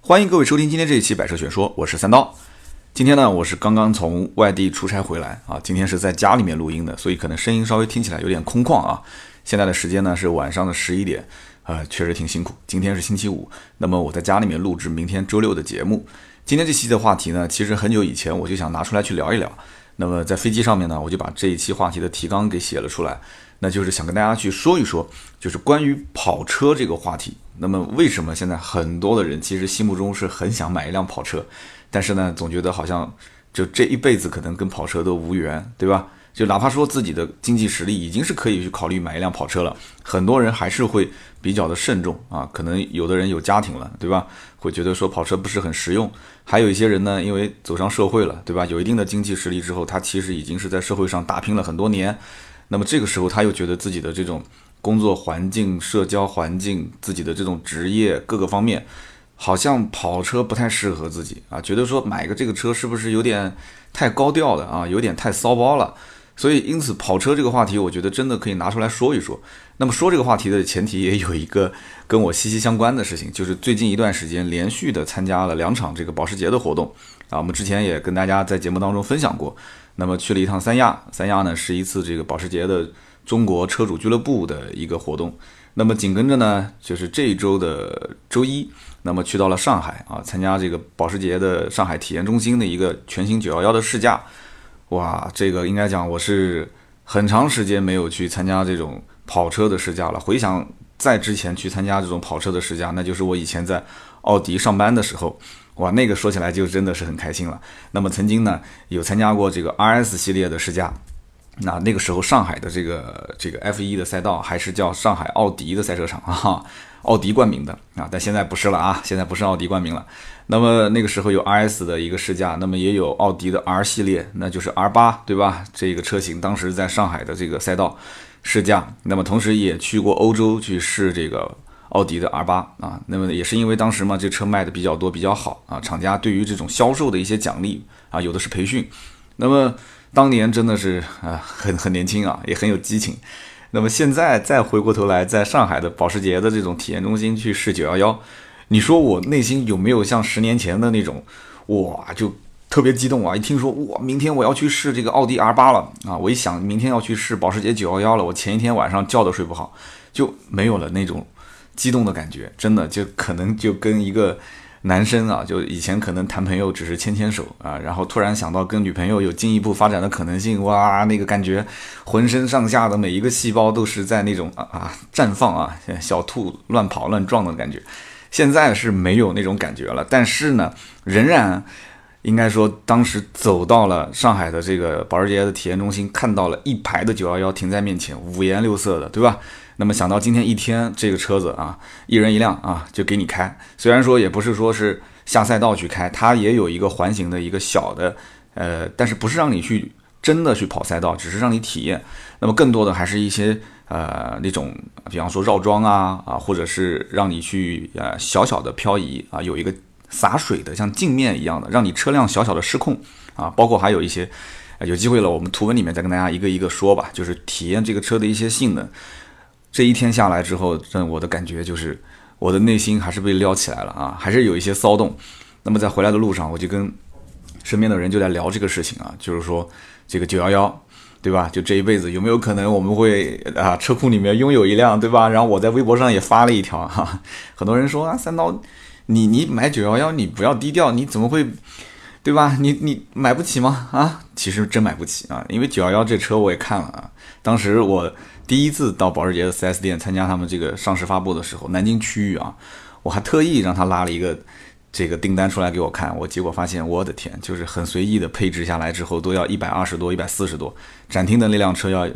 欢迎各位收听今天这一期百车全说，我是三刀。今天呢，我是刚刚从外地出差回来啊，今天是在家里面录音的，所以可能声音稍微听起来有点空旷啊。现在的时间呢是晚上的11点，确实挺辛苦。今天是星期五，那么我在家里面录制明天周六的节目。今天这期的话题呢，其实很久以前我就想拿出来去聊一聊。那么在飞机上面呢，我就把这一期话题的提纲给写了出来，那就是想跟大家去说一说，就是关于跑车这个话题。那么为什么现在很多的人其实心目中是很想买一辆跑车，但是呢，总觉得好像就这一辈子可能跟跑车都无缘，对吧？就哪怕说自己的经济实力已经是可以去考虑买一辆跑车了，很多人还是会比较的慎重啊。可能有的人有家庭了，对吧？会觉得说跑车不是很实用。还有一些人呢，因为走上社会了，对吧？有一定的经济实力之后，他其实已经是在社会上打拼了很多年。那么这个时候，他又觉得自己的这种工作环境、社交环境、自己的这种职业各个方面，好像跑车不太适合自己啊，觉得说买个这个车是不是有点太高调了啊，有点太骚包了。所以因此跑车这个话题，我觉得真的可以拿出来说一说。那么说这个话题的前提也有一个跟我息息相关的事情，就是最近一段时间连续的参加了2场这个保时捷的活动啊，我们之前也跟大家在节目当中分享过。那么去了一趟三亚呢是一次这个保时捷的中国车主俱乐部的一个活动。那么紧跟着呢，就是这一周的周一，那么去到了上海啊，参加这个保时捷的上海体验中心的一个全新911的试驾。哇，这个应该讲我是很长时间没有去参加这种跑车的试驾了。回想在之前去参加这种跑车的试驾，那就是我以前在奥迪上班的时候，哇，那个说起来就真的是很开心了。那么曾经呢有参加过这个 RS 系列的试驾，那个时候上海的这个 F1 的赛道还是叫上海奥迪的赛车场啊，奥迪冠名的啊，但现在不是了啊，现在不是奥迪冠名了。那么那个时候有 RS 的一个试驾，那么也有奥迪的 R 系列，那就是 R8 对吧？这个车型当时在上海的这个赛道试驾，那么同时也去过欧洲去试这个奥迪的 R8 啊。那么也是因为当时嘛，这车卖的比较多比较好啊，厂家对于这种销售的一些奖励啊，有的是培训。那么当年真的是很年轻啊，也很有激情。那么现在再回过头来，在上海的保时捷的这种体验中心去试911，你说我内心有没有像10年前的那种，哇，就特别激动啊！一听说哇，明天我要去试这个奥迪 R8 了啊，我一想明天要去试保时捷911了，我前一天晚上觉都睡不好，就没有了那种激动的感觉。真的就可能就跟一个男生啊，就以前可能谈朋友只是牵牵手啊，然后突然想到跟女朋友有进一步发展的可能性，哇，那个感觉浑身上下的每一个细胞都是在那种绽放啊，小兔乱跑乱撞的感觉。现在是没有那种感觉了，但是呢，仍然应该说当时走到了上海的这个保时捷的体验中心，看到了一排的911停在面前，五颜六色的，对吧？那么想到今天一天这个车子啊，一人一辆啊，就给你开。虽然说也不是说是下赛道去开，它也有一个环形的一个小的，但是不是让你去真的去跑赛道，只是让你体验。那么更多的还是一些那种，比方说绕桩或者是让你去小小的漂移啊，有一个洒水的像镜面一样的，让你车辆小小的失控啊，包括还有一些有机会了，我们图文里面再跟大家一个一个说吧，就是体验这个车的一些性能。这一天下来之后，我的感觉就是我的内心还是被撩起来了啊，还是有一些骚动。那么在回来的路上，我就跟身边的人就在聊这个事情啊，就是说这个911，对吧？就这一辈子有没有可能我们会车库里面拥有一辆，对吧？然后我在微博上也发了一条哈，很多人说啊，三刀，你买911你不要低调，你怎么会，对吧？你买不起吗？啊，其实真买不起啊，因为911这车我也看了啊，当时我第一次到保时捷的 4S 店参加他们这个上市发布的时候，南京区域啊，我还特意让他拉了一个这个订单出来给我看，我结果发现我的天，就是很随意的配置下来之后都要120多140多，展厅的那辆车要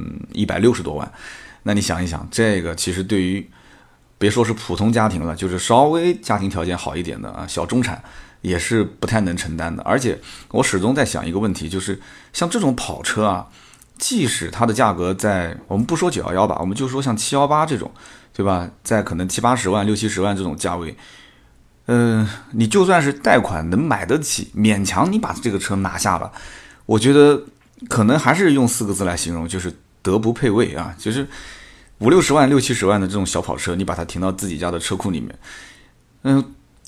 160多万。那你想一想，这个其实对于别说是普通家庭了，就是稍微家庭条件好一点的啊，小中产也是不太能承担的。而且我始终在想一个问题，就是像这种跑车啊，即使它的价格在，我们不说911吧，我们就说像718这种，对吧？在可能70-80万、60-70万这种价位，你就算是贷款能买得起，勉强你把这个车拿下了，我觉得可能还是用4个字来形容，就是德不配位啊！就是50-60万、60-70万的这种小跑车，你把它停到自己家的车库里面，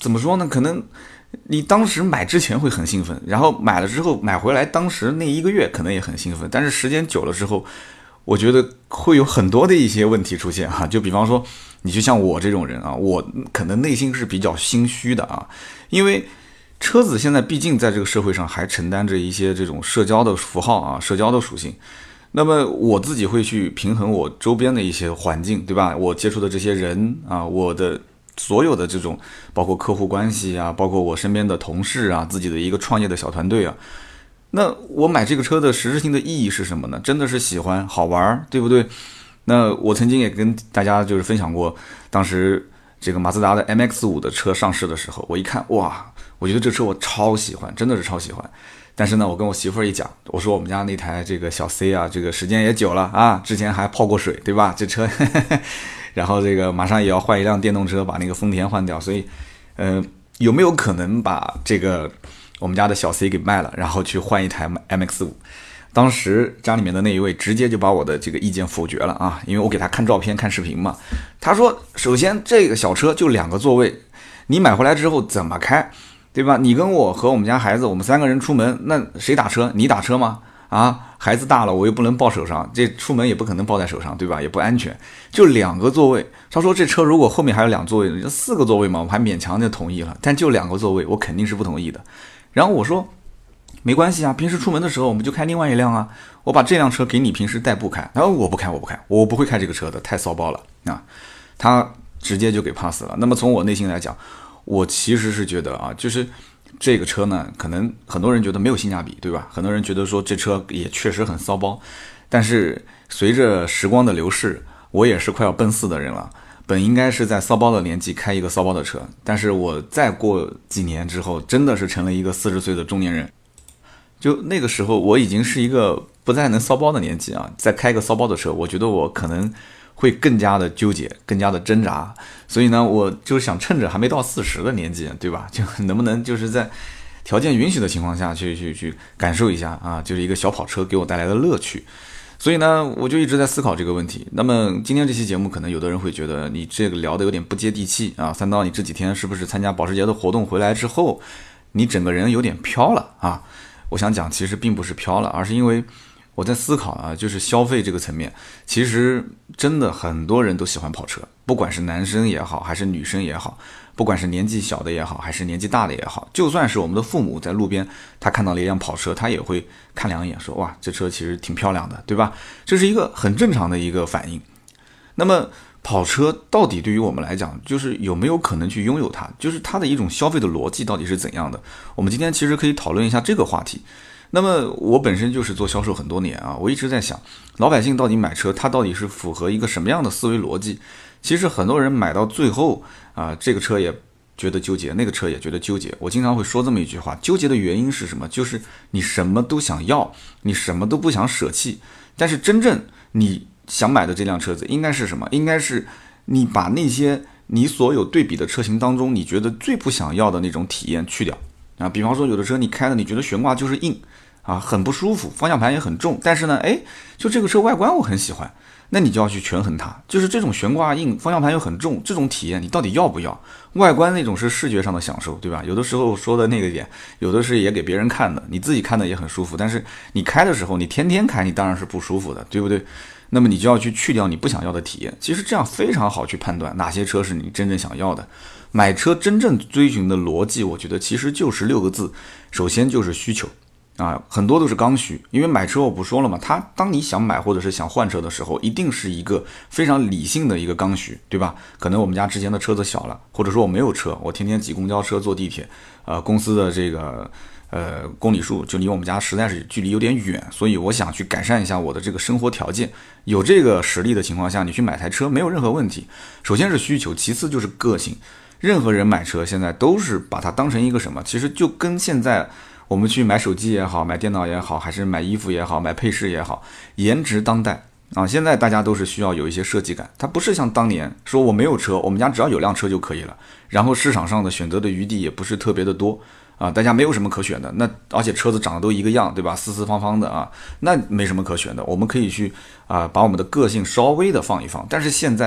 怎么说呢？可能你当时买之前会很兴奋，然后买了之后买回来，当时那1个月可能也很兴奋，但是时间久了之后，我觉得会有很多的一些问题出现啊。就比方说，你就像我这种人啊，我可能内心是比较心虚的啊，因为车子现在毕竟在这个社会上还承担着一些这种社交的符号啊，社交的属性。那么我自己会去平衡我周边的一些环境，对吧？我接触的这些人啊，我的所有的这种包括客户关系啊，包括我身边的同事啊，自己的一个创业的小团队啊，那我买这个车的实质性的意义是什么呢？真的是喜欢好玩，对不对？那我曾经也跟大家就是分享过，当时这个马自达的 MX-5的车上市的时候，我一看，哇，我觉得这车我超喜欢，真的是超喜欢。但是呢，我跟我媳妇儿一讲，我说我们家那台这个小 C 啊，这个时间也久了啊，之前还泡过水，对吧？这车然后这个马上也要换一辆电动车，把那个丰田换掉，所以有没有可能把这个我们家的小 C 给卖了，然后去换一台 MX-5？ 当时家里面的那一位直接就把我的这个意见否决了啊，因为我给他看照片看视频嘛，他说首先这个小车就2个座位，你买回来之后怎么开，对吧？你跟我和我们家孩子，我们3个人出门，那谁打车？你打车吗？啊，孩子大了，我又不能抱手上，这出门也不可能抱在手上，对吧？也不安全。就2个座位，他说这车如果后面还有2座位，就4个座位嘛，我还勉强就同意了。但就2个座位，我肯定是不同意的。然后我说没关系啊，平时出门的时候我们就开另外一辆啊，我把这辆车给你平时代步开。然后我不开，我不会开这个车的，太骚包了啊。他直接就给 pass 了。那么从我内心来讲，我其实是觉得啊，就是这个车呢，可能很多人觉得没有性价比，对吧？很多人觉得说这车也确实很骚包，但是随着时光的流逝，我也是快要奔4的人了，本应该是在骚包的年纪开一个骚包的车，但是我再过几年之后，真的是成了一个40岁的中年人。就那个时候，我已经是一个不再能骚包的年纪啊，再开个骚包的车，我觉得我可能会更加的纠结，更加的挣扎。所以呢，我就想趁着还没到40的年纪，对吧？就能不能就是在条件允许的情况下去感受一下啊，就是一个小跑车给我带来的乐趣。所以呢，我就一直在思考这个问题。那么今天这期节目，可能有的人会觉得你这个聊的有点不接地气啊。三刀，你这几天是不是参加保时捷的活动回来之后，你整个人有点飘了啊？我想讲，其实并不是飘了，而是因为我在思考啊，就是消费这个层面，其实真的很多人都喜欢跑车，不管是男生也好，还是女生也好，不管是年纪小的也好，还是年纪大的也好，就算是我们的父母在路边，他看到了一辆跑车，他也会看2眼，说哇，这车其实挺漂亮的，对吧？这是一个很正常的一个反应。那么跑车到底对于我们来讲，就是有没有可能去拥有它，就是它的一种消费的逻辑到底是怎样的？我们今天其实可以讨论一下这个话题。那么我本身就是做销售很多年啊，我一直在想，老百姓到底买车，他到底是符合一个什么样的思维逻辑？其实很多人买到最后啊，这个车也觉得纠结，那个车也觉得纠结。我经常会说这么一句话，纠结的原因是什么？就是你什么都想要，你什么都不想舍弃，但是真正你想买的这辆车子应该是什么？应该是你把那些你所有对比的车型当中，你觉得最不想要的那种体验去掉啊。比方说有的车你开了，你觉得悬挂就是硬啊，很不舒服，方向盘也很重，但是呢，就这个车外观我很喜欢，那你就要去权衡它，就是这种悬挂硬，方向盘又很重，这种体验你到底要不要？外观那种是视觉上的享受，对吧？有的时候说的那个点，有的是也给别人看的，你自己看的也很舒服，但是你开的时候，你天天开，你当然是不舒服的，对不对？那么你就要去掉你不想要的体验。其实这样非常好去判断哪些车是你真正想要的。买车真正追寻的逻辑，我觉得其实就是6个字，首先就是需求啊，很多都是刚需。因为买车我不说了嘛，当你想买或者是想换车的时候，一定是一个非常理性的一个刚需，对吧？可能我们家之前的车子小了，或者说我没有车，我天天挤公交车坐地铁，公司的这个公里数就离我们家实在是距离有点远，所以我想去改善一下我的这个生活条件。有这个实力的情况下，你去买台车没有任何问题。首先是需求，其次就是个性。任何人买车现在都是把它当成一个什么？其实就跟现在我们去买手机也好，买电脑也好，还是买衣服也好，买配饰也好，颜值当代啊！现在大家都是需要有一些设计感，它不是像当年说我没有车，我们家只要有辆车就可以了，然后市场上的选择的余地也不是特别的多啊，大家没有什么可选的，那而且车子长得都一个样，对吧？四四方方的啊，那没什么可选的。我们可以去把我们的个性稍微的放一放，但是现在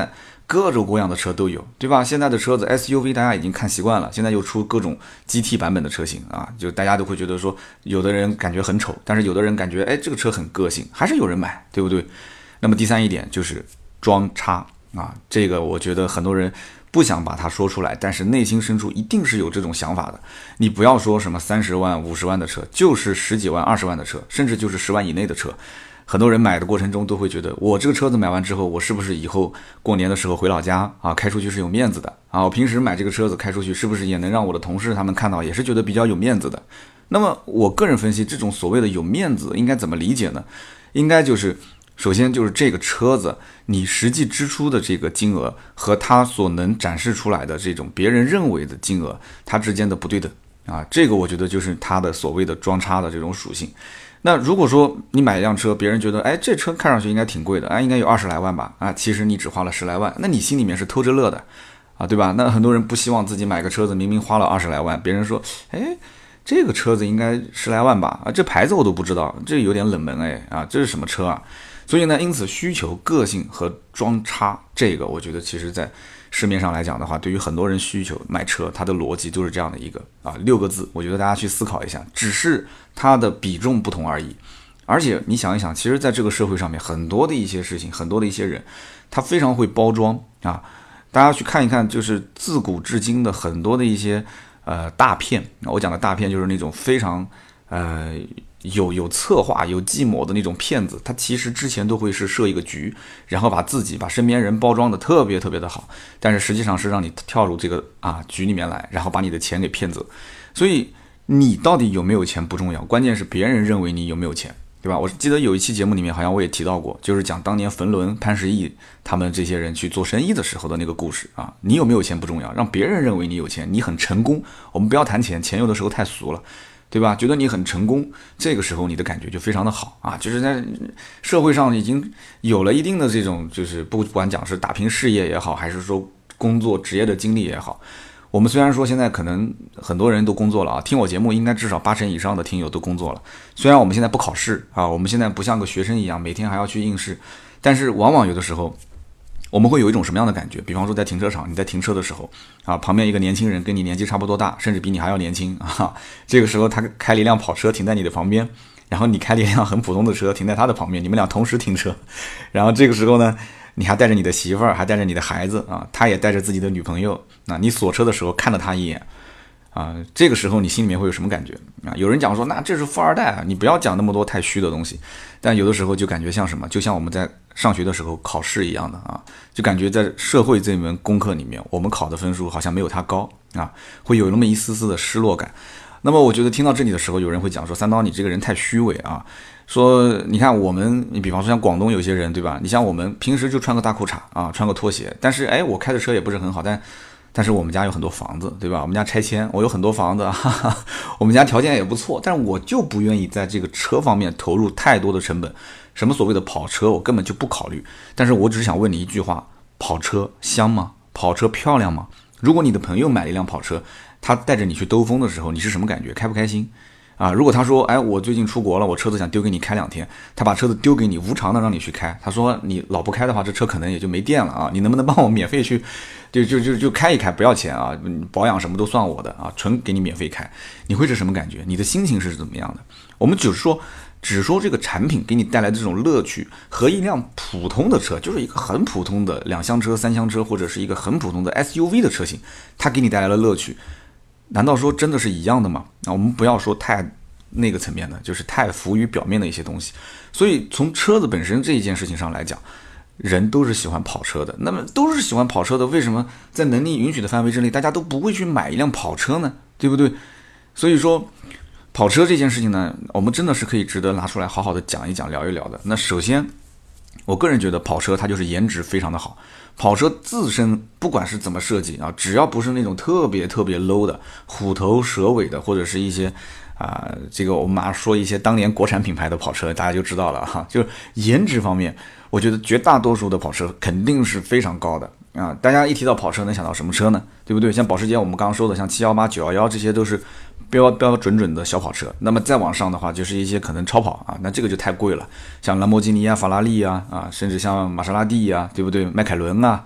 各种各样的车都有，对吧？现在的车子 SUV 大家已经看习惯了，现在又出各种 GT 版本的车型啊，就大家都会觉得说，有的人感觉很丑，但是有的人感觉这个车很个性，还是有人买，对不对？那么第三一点就是装叉啊，这个我觉得很多人不想把它说出来，但是内心深处一定是有这种想法的。你不要说什么30万、50万的车，就是10几万、20万的车，甚至就是10万以内的车。很多人买的过程中都会觉得，我这个车子买完之后，我是不是以后过年的时候回老家啊，开出去是有面子的啊？我平时买这个车子开出去，是不是也能让我的同事他们看到，也是觉得比较有面子的？那么我个人分析，这种所谓的有面子应该怎么理解呢？应该就是首先就是这个车子你实际支出的这个金额和它所能展示出来的这种别人认为的金额，它之间的不对等啊，这个我觉得就是它的所谓的装叉的这种属性。那如果说你买一辆车，别人觉得这车看上去应该挺贵的，应该有20来万吧，其实你只花了10来万，那你心里面是偷着乐的啊，对吧？那很多人不希望自己买个车子明明花了20来万，别人说这个车子应该10来万吧，这牌子我都不知道，这有点冷门这是什么车啊？所以呢，因此需求、个性和装叉，这个我觉得其实在市面上来讲的话，对于很多人需求买车，它的逻辑都是这样的一个6个字，我觉得大家去思考一下，只是它的比重不同而已。而且你想一想，其实在这个社会上面，很多的一些事情，很多的一些人，他非常会包装啊。大家去看一看，就是自古至今的很多的一些大片，我讲的大片就是那种非常有策划、有计谋的那种骗子，他其实之前都会是设一个局，然后把身边人包装的特别特别的好，但是实际上是让你跳入这个局里面来，然后把你的钱给骗走。所以你到底有没有钱不重要，关键是别人认为你有没有钱，对吧？我记得有一期节目里面好像我也提到过，就是讲当年冯仑、潘石屹他们这些人去做生意的时候的那个故事啊。你有没有钱不重要，让别人认为你有钱，你很成功。我们不要谈钱，钱有的时候太俗了，对吧？觉得你很成功，这个时候你的感觉就非常的好啊，就是在社会上已经有了一定的这种，就是不管讲是打拼事业也好，还是说工作职业的经历也好。我们虽然说现在可能很多人都工作了听我节目应该至少80%以上的听友都工作了。虽然我们现在不考试我们现在不像个学生一样每天还要去应试，但是往往有的时候我们会有一种什么样的感觉？比方说在停车场，你在停车的时候旁边一个年轻人跟你年纪差不多大，甚至比你还要年轻这个时候他开了一辆跑车停在你的旁边，然后你开了一辆很普通的车停在他的旁边，你们俩同时停车，然后这个时候呢，你还带着你的媳妇儿，还带着你的孩子他也带着自己的女朋友，你锁车的时候看了他一眼这个时候你心里面会有什么感觉有人讲说那这是富二代你不要讲那么多太虚的东西，但有的时候就感觉像什么，就像我们在上学的时候考试一样的就感觉在社会这门功课里面，我们考的分数好像没有他高会有那么一丝丝的失落感。那么我觉得听到这里的时候，有人会讲说三刀你这个人太虚伪说你看你比方说像广东有些人对吧，你像我们平时就穿个大裤衩穿个拖鞋，但是我开的车也不是很好，但是我们家有很多房子，对吧？我们家拆迁，我有很多房子我们家条件也不错，但是我就不愿意在这个车方面投入太多的成本。什么所谓的跑车我根本就不考虑，但是我只想问你一句话，跑车香吗？跑车漂亮吗？如果你的朋友买了一辆跑车，他带着你去兜风的时候，你是什么感觉？开不开心如果他说我最近出国了，我车子想丢给你开2天，他把车子丢给你，无偿的让你去开，他说你老不开的话，这车可能也就没电了你能不能帮我免费去就开一开，不要钱保养什么都算我的纯给你免费开，你会是什么感觉？你的心情是怎么样的？我们只说这个产品给你带来的这种乐趣，和一辆普通的车，就是一个很普通的2厢车、3厢车，或者是一个很普通的 SUV 的车型，它给你带来了乐趣，难道说真的是一样的吗？我们不要说太那个层面的，就是太浮于表面的一些东西。所以从车子本身这一件事情上来讲，人都是喜欢跑车的。那么都是喜欢跑车的，为什么在能力允许的范围之内，大家都不会去买一辆跑车呢？对不对？所以说跑车这件事情呢，我们真的是可以值得拿出来好好的讲一讲、聊一聊的。那首先我个人觉得跑车它就是颜值非常的好，跑车自身不管是怎么设计只要不是那种特别特别 low 的虎头蛇尾的，或者是一些这个我们马上说一些当年国产品牌的跑车，大家就知道了就是颜值方面，我觉得绝大多数的跑车肯定是非常高的大家一提到跑车能想到什么车呢？对不对？像保时捷我们刚刚说的，像718、911这些都是标准的小跑车。那么再往上的话，就是一些可能超跑那这个就太贵了，像兰博基尼法拉利甚至像玛莎拉蒂对不对？迈凯伦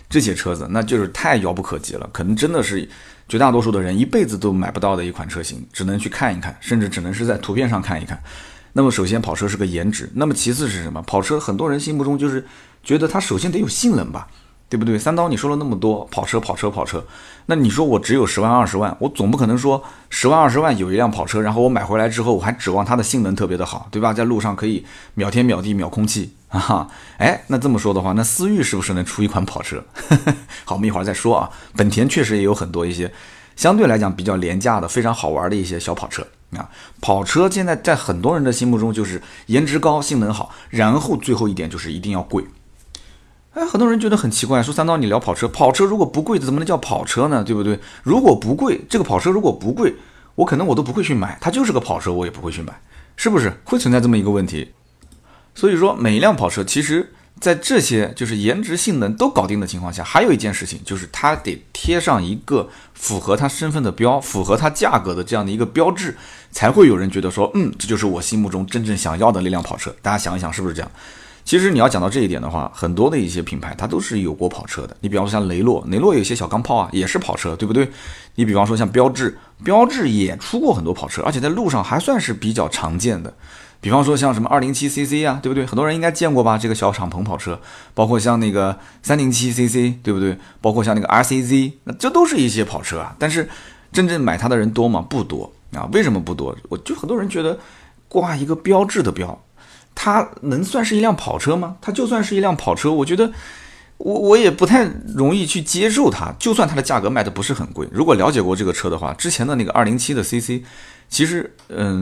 这些车子那就是太遥不可及了，可能真的是绝大多数的人一辈子都买不到的一款车型，只能去看一看，甚至只能是在图片上看一看。那么首先跑车是个颜值，那么其次是什么？跑车很多人心目中就是觉得它首先得有性能吧，对不对？三刀你说了那么多跑车，那你说我只有10万20万，我总不可能说10万20万有一辆跑车，然后我买回来之后我还指望它的性能特别的好，对吧？在路上可以秒天秒地秒空气啊！那这么说的话，那思域是不是能出一款跑车？好，我们一会儿再说啊。本田确实也有很多一些相对来讲比较廉价的、非常好玩的一些小跑车啊。跑车现在在很多人的心目中就是颜值高、性能好，然后最后一点就是一定要贵。很多人觉得很奇怪，说三刀你聊跑车如果不贵怎么能叫跑车呢？对不对？如果不贵，这个跑车如果不贵，我都不会去买，它就是个跑车，我也不会去买，是不是？会存在这么一个问题。所以说每一辆跑车其实在这些就是颜值性能都搞定的情况下，还有一件事情就是它得贴上一个符合它身份的标，符合它价格的这样的一个标志，才会有人觉得说这就是我心目中真正想要的那辆跑车。大家想一想是不是这样？其实你要讲到这一点的话，很多的一些品牌它都是有过跑车的。你比方说像雷诺有一些小钢炮啊，也是跑车，对不对？你比方说像标致也出过很多跑车，而且在路上还算是比较常见的。比方说像什么 207cc 啊，对不对？很多人应该见过吧，这个小敞篷跑车。包括像那个 307cc， 对不对？包括像那个 RCZ， 那这都是一些跑车啊。但是真正买它的人多吗？不多啊。为什么不多？很多人觉得挂一个标致的标，它能算是一辆跑车吗？它就算是一辆跑车，我觉得我也不太容易去接受它。就算它的价格卖的不是很贵，如果了解过这个车的话，之前的那个207的 CC， 其实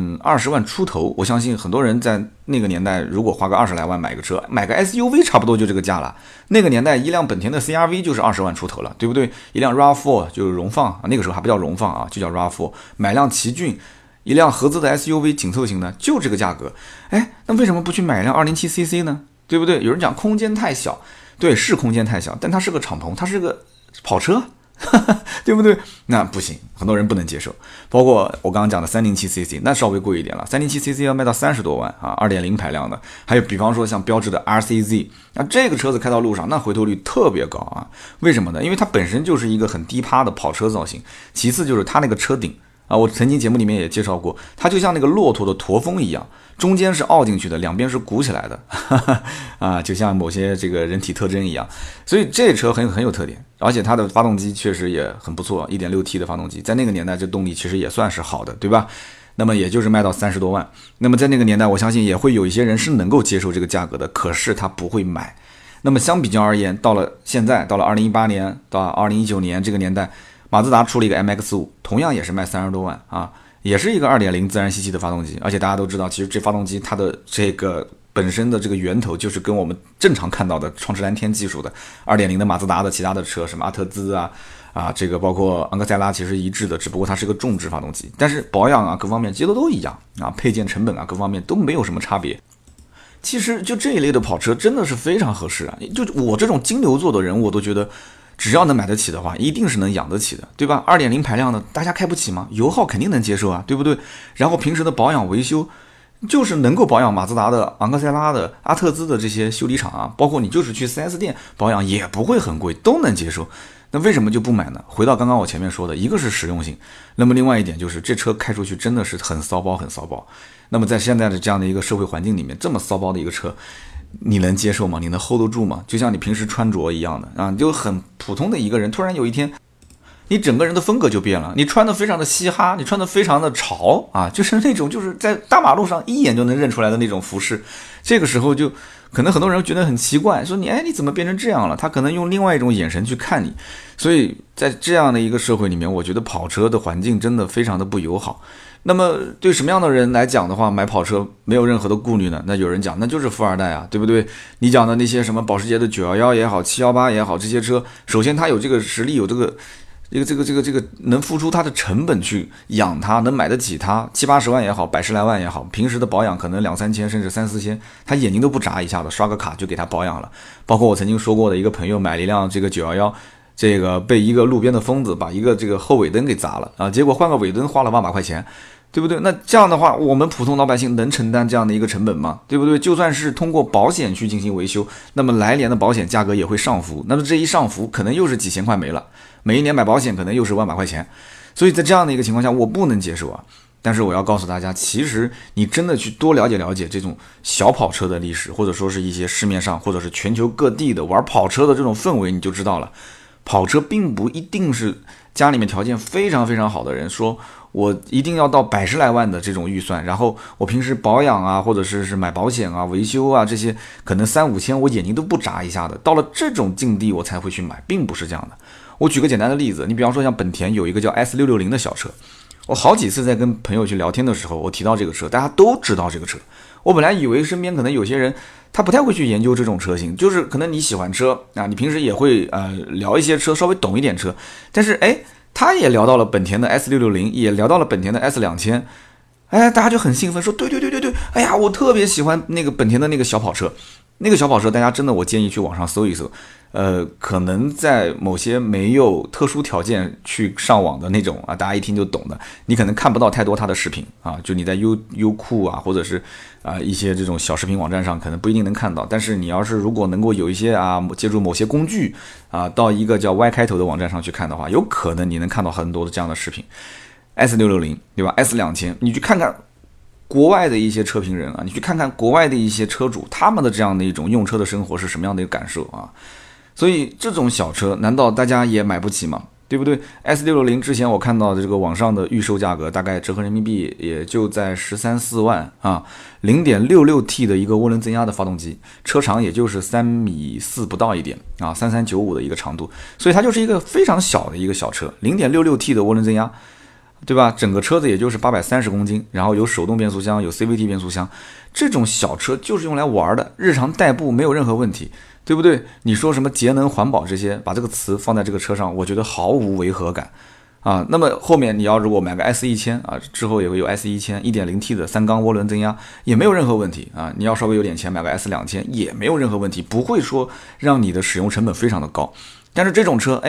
20万出头，我相信很多人在那个年代，如果花个20来万买个车，买个 SUV 差不多就这个价了。那个年代一辆本田的 CR-V 就是20万出头了，对不对？一辆 RAV4 就是荣放，那个时候还不叫荣放啊，就叫 RAV4。买辆奇骏，一辆合资的 SUV 紧凑型的，就这个价格。那为什么不去买一辆 207cc 呢？对不对？有人讲空间太小，对，是空间太小，但它是个敞篷，它是个跑车，对不对？那不行，很多人不能接受。包括我刚刚讲的 307cc， 那稍微贵一点了， 307cc 要卖到30多万啊， 2.0 排量的。还有比方说像标致的 RCZ， 那这个车子开到路上那回头率特别高啊。为什么呢？因为它本身就是一个很低趴的跑车造型，其次就是它那个车顶啊，我曾经节目里面也介绍过，它就像那个骆驼的驼峰一样，中间是凹进去的，两边是鼓起来的啊，就像某些这个人体特征一样。所以这车很有特点，而且它的发动机确实也很不错， 1.6T 的发动机，在那个年代这动力其实也算是好的，对吧？那么也就是卖到30多万。那么在那个年代，我相信也会有一些人是能够接受这个价格的，可是他不会买。那么相比较而言，到了现在，到了2018年到2019年这个年代，马自达出了一个 MX-5， 同样也是卖30多万啊，也是一个 2.0 自然吸气的发动机。而且大家都知道，其实这发动机它的这个本身的这个源头就是跟我们正常看到的创世蓝天技术的 2.0 的马自达的其他的车，什么阿特兹啊，这个包括昂克赛拉其实一致的，只不过它是个重质发动机，但是保养啊各方面节奏都一样啊，配件成本啊各方面都没有什么差别。其实就这一类的跑车真的是非常合适啊，就我这种金牛座的人，我都觉得只要能买得起的话，一定是能养得起的，对吧？ 2.0 排量的大家开不起吗？油耗肯定能接受啊，对不对？然后平时的保养维修就是能够保养马自达的、昂克赛拉的、阿特兹的这些修理厂啊，包括你就是去 4S 店保养也不会很贵，都能接受。那为什么就不买呢？回到刚刚我前面说的，一个是实用性，那么另外一点就是这车开出去真的是很骚包。那么在现在的这样的一个社会环境里面，这么骚包的一个车，你能接受吗？你能 hold 得住吗？就像你平时穿着一样的啊，就很普通的一个人，突然有一天你整个人的风格就变了，你穿的非常的嘻哈，你穿的非常的潮啊，就是那种就是在大马路上一眼就能认出来的那种服饰。这个时候就可能很多人觉得很奇怪，说你怎么变成这样了？他可能用另外一种眼神去看你。所以在这样的一个社会里面，我觉得跑车的环境真的非常的不友好。那么对什么样的人来讲的话，买跑车没有任何的顾虑呢？那有人讲那就是富二代啊，对不对？你讲的那些什么保时捷的911也好，718也好，这些车首先它有这个实力，有这个能付出它的成本去养它，能买得起它，70-80万也好，110来万也好，平时的保养可能2-3千甚至3-4千，他眼睛都不眨一下的刷个卡就给他保养了。包括我曾经说过的一个朋友买了一辆这个911，这个被一个路边的疯子把一个这个后尾灯给砸了啊，结果换个尾灯花了800块钱， 对不对？那这样的话，我们普通老百姓能承担这样的一个成本吗？对不对？就算是通过保险去进行维修，那么来年的保险价格也会上浮，那么这一上浮可能又是几千块没了，每一年买保险可能又是万把块钱，所以在这样的一个情况下，我不能接受啊。但是我要告诉大家，其实你真的去多了解了解这种小跑车的历史，或者说是一些市面上或者是全球各地的玩跑车的这种氛围，你就知道了，跑车并不一定是家里面条件非常非常好的人说我一定要到100十来万的这种预算，然后我平时保养啊，或者是买保险啊、维修啊这些，可能3、5千我眼睛都不眨一下的，到了这种境地我才会去买，并不是这样的。我举个简单的例子，你比方说像本田有一个叫 S660 的小车，我好几次在跟朋友去聊天的时候，我提到这个车，大家都知道这个车。我本来以为身边可能有些人他不太会去研究这种车型，就是可能你喜欢车啊，你平时也会聊一些车，稍微懂一点车，但是他也聊到了本田的 S660， 也聊到了本田的 S2000，大家就很兴奋说对，哎呀，我特别喜欢那个本田的那个小跑车。那个小跑车大家真的我建议去网上搜一搜，可能在某些没有特殊条件去上网的那种啊，大家一听就懂的，你可能看不到太多它的视频啊，就你在优酷啊，或者是一些这种小视频网站上可能不一定能看到，但是你要是如果能够有一些借助某些工具到一个叫 Y 开头的网站上去看的话，有可能你能看到很多的这样的视频。S660 对吧 ？S2000 你去看看国外的一些车评人你去看看国外的一些车主，他们的这样的一种用车的生活是什么样的一个感受啊？所以这种小车难道大家也买不起吗？对不对 ？S660 之前我看到的这个网上的预售价格大概折合人民币也就在13、14万啊，0.66T 的一个涡轮增压的发动机，车长也就是3.4米不到一点啊，3395的一个长度，所以它就是一个非常小的一个小车，0.66T 的涡轮增压。对吧？整个车子也就是830公斤，然后有手动变速箱，有 CVT 变速箱，这种小车就是用来玩的，日常代步没有任何问题，对不对？你说什么节能环保这些，把这个词放在这个车上，我觉得毫无违和感啊。那么后面你要如果买个 S1000之后也会有 S1000 1.0T 的3缸涡轮增压，也没有任何问题啊。你要稍微有点钱买个 S2000也没有任何问题，不会说让你的使用成本非常的高。但是这种车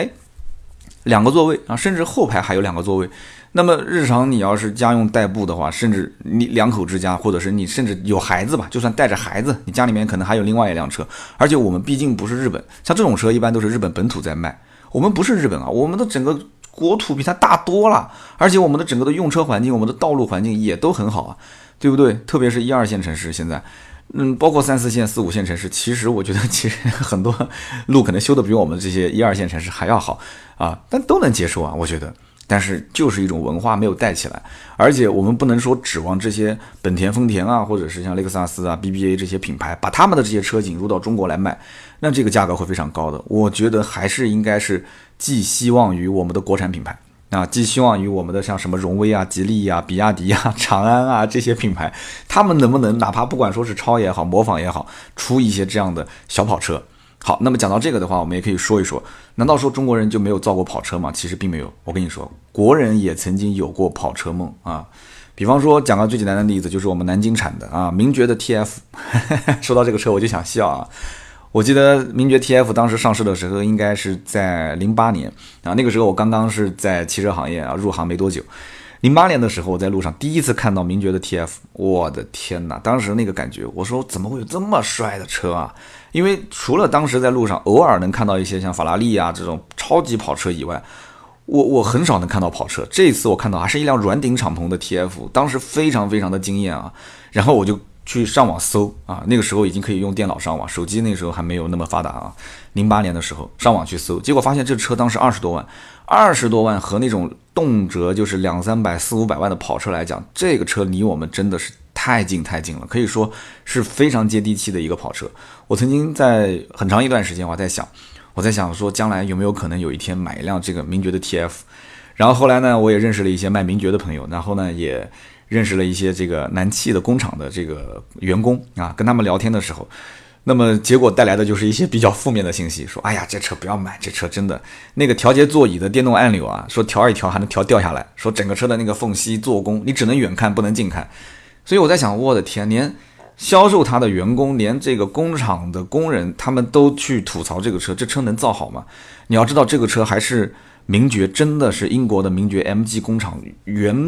2个座位甚至后排还有2个座位。那么日常你要是家用代步的话，甚至你2口之家，或者是你甚至有孩子吧，就算带着孩子，你家里面可能还有另外一辆车。而且我们毕竟不是日本，像这种车一般都是日本本土在卖。我们不是日本我们的整个国土比它大多了，而且我们的整个的用车环境，我们的道路环境也都很好对不对？特别是1、2线城市现在。包括3、4线、4、5线城市，其实我觉得很多路可能修的比我们这些1、2线城市还要好但都能接受我觉得。但是就是一种文化没有带起来，而且我们不能说指望这些本田、丰田或者是像雷克萨斯BBA 这些品牌把他们的这些车引入到中国来卖，那这个价格会非常高的。我觉得还是应该是寄希望于我们的国产品牌寄希望于我们的像什么荣威吉利比亚迪长安这些品牌，他们能不能哪怕不管说是抄也好，模仿也好，出一些这样的小跑车。好，那么讲到这个的话，我们也可以说一说，难道说中国人就没有造过跑车吗？其实并没有。我跟你说，国人也曾经有过跑车梦比方说讲个最简单的例子，就是我们南京产的名爵的 TF 说到这个车我就想笑我记得名爵 TF 当时上市的时候应该是在08年那个时候我刚刚是在汽车行业入行没多久。08年的时候我在路上第一次看到名爵的 TF， 我的天哪，当时那个感觉，我说怎么会有这么帅的车因为除了当时在路上偶尔能看到一些像法拉利这种超级跑车以外，我很少能看到跑车。这一次我看到还是一辆软顶敞篷的 TF， 当时非常非常的惊艳然后我就去上网搜那个时候已经可以用电脑上网，手机那时候还没有那么发达08年的时候上网去搜，结果发现这车当时20多万，20多万和那种动辄就是200、300、400、500万的跑车来讲，这个车离我们真的是太近了，可以说是非常接地气的一个跑车。我曾经在很长一段时间我在想说将来有没有可能有一天买一辆这个名爵的 TF。 然后后来呢，我也认识了一些卖名爵的朋友，然后呢也认识了一些这个南汽的工厂的这个员工跟他们聊天的时候，那么结果带来的就是一些比较负面的信息，说哎呀这车不要买，这车真的那个调节座椅的电动按钮说调一调还能调掉下来，说整个车的那个缝隙做工你只能远看不能近看。所以我在想，我的天，连销售它的员工，连这个工厂的工人他们都去吐槽这个车，这车能造好吗？你要知道这个车还是名爵，真的是英国的名爵 MG 工厂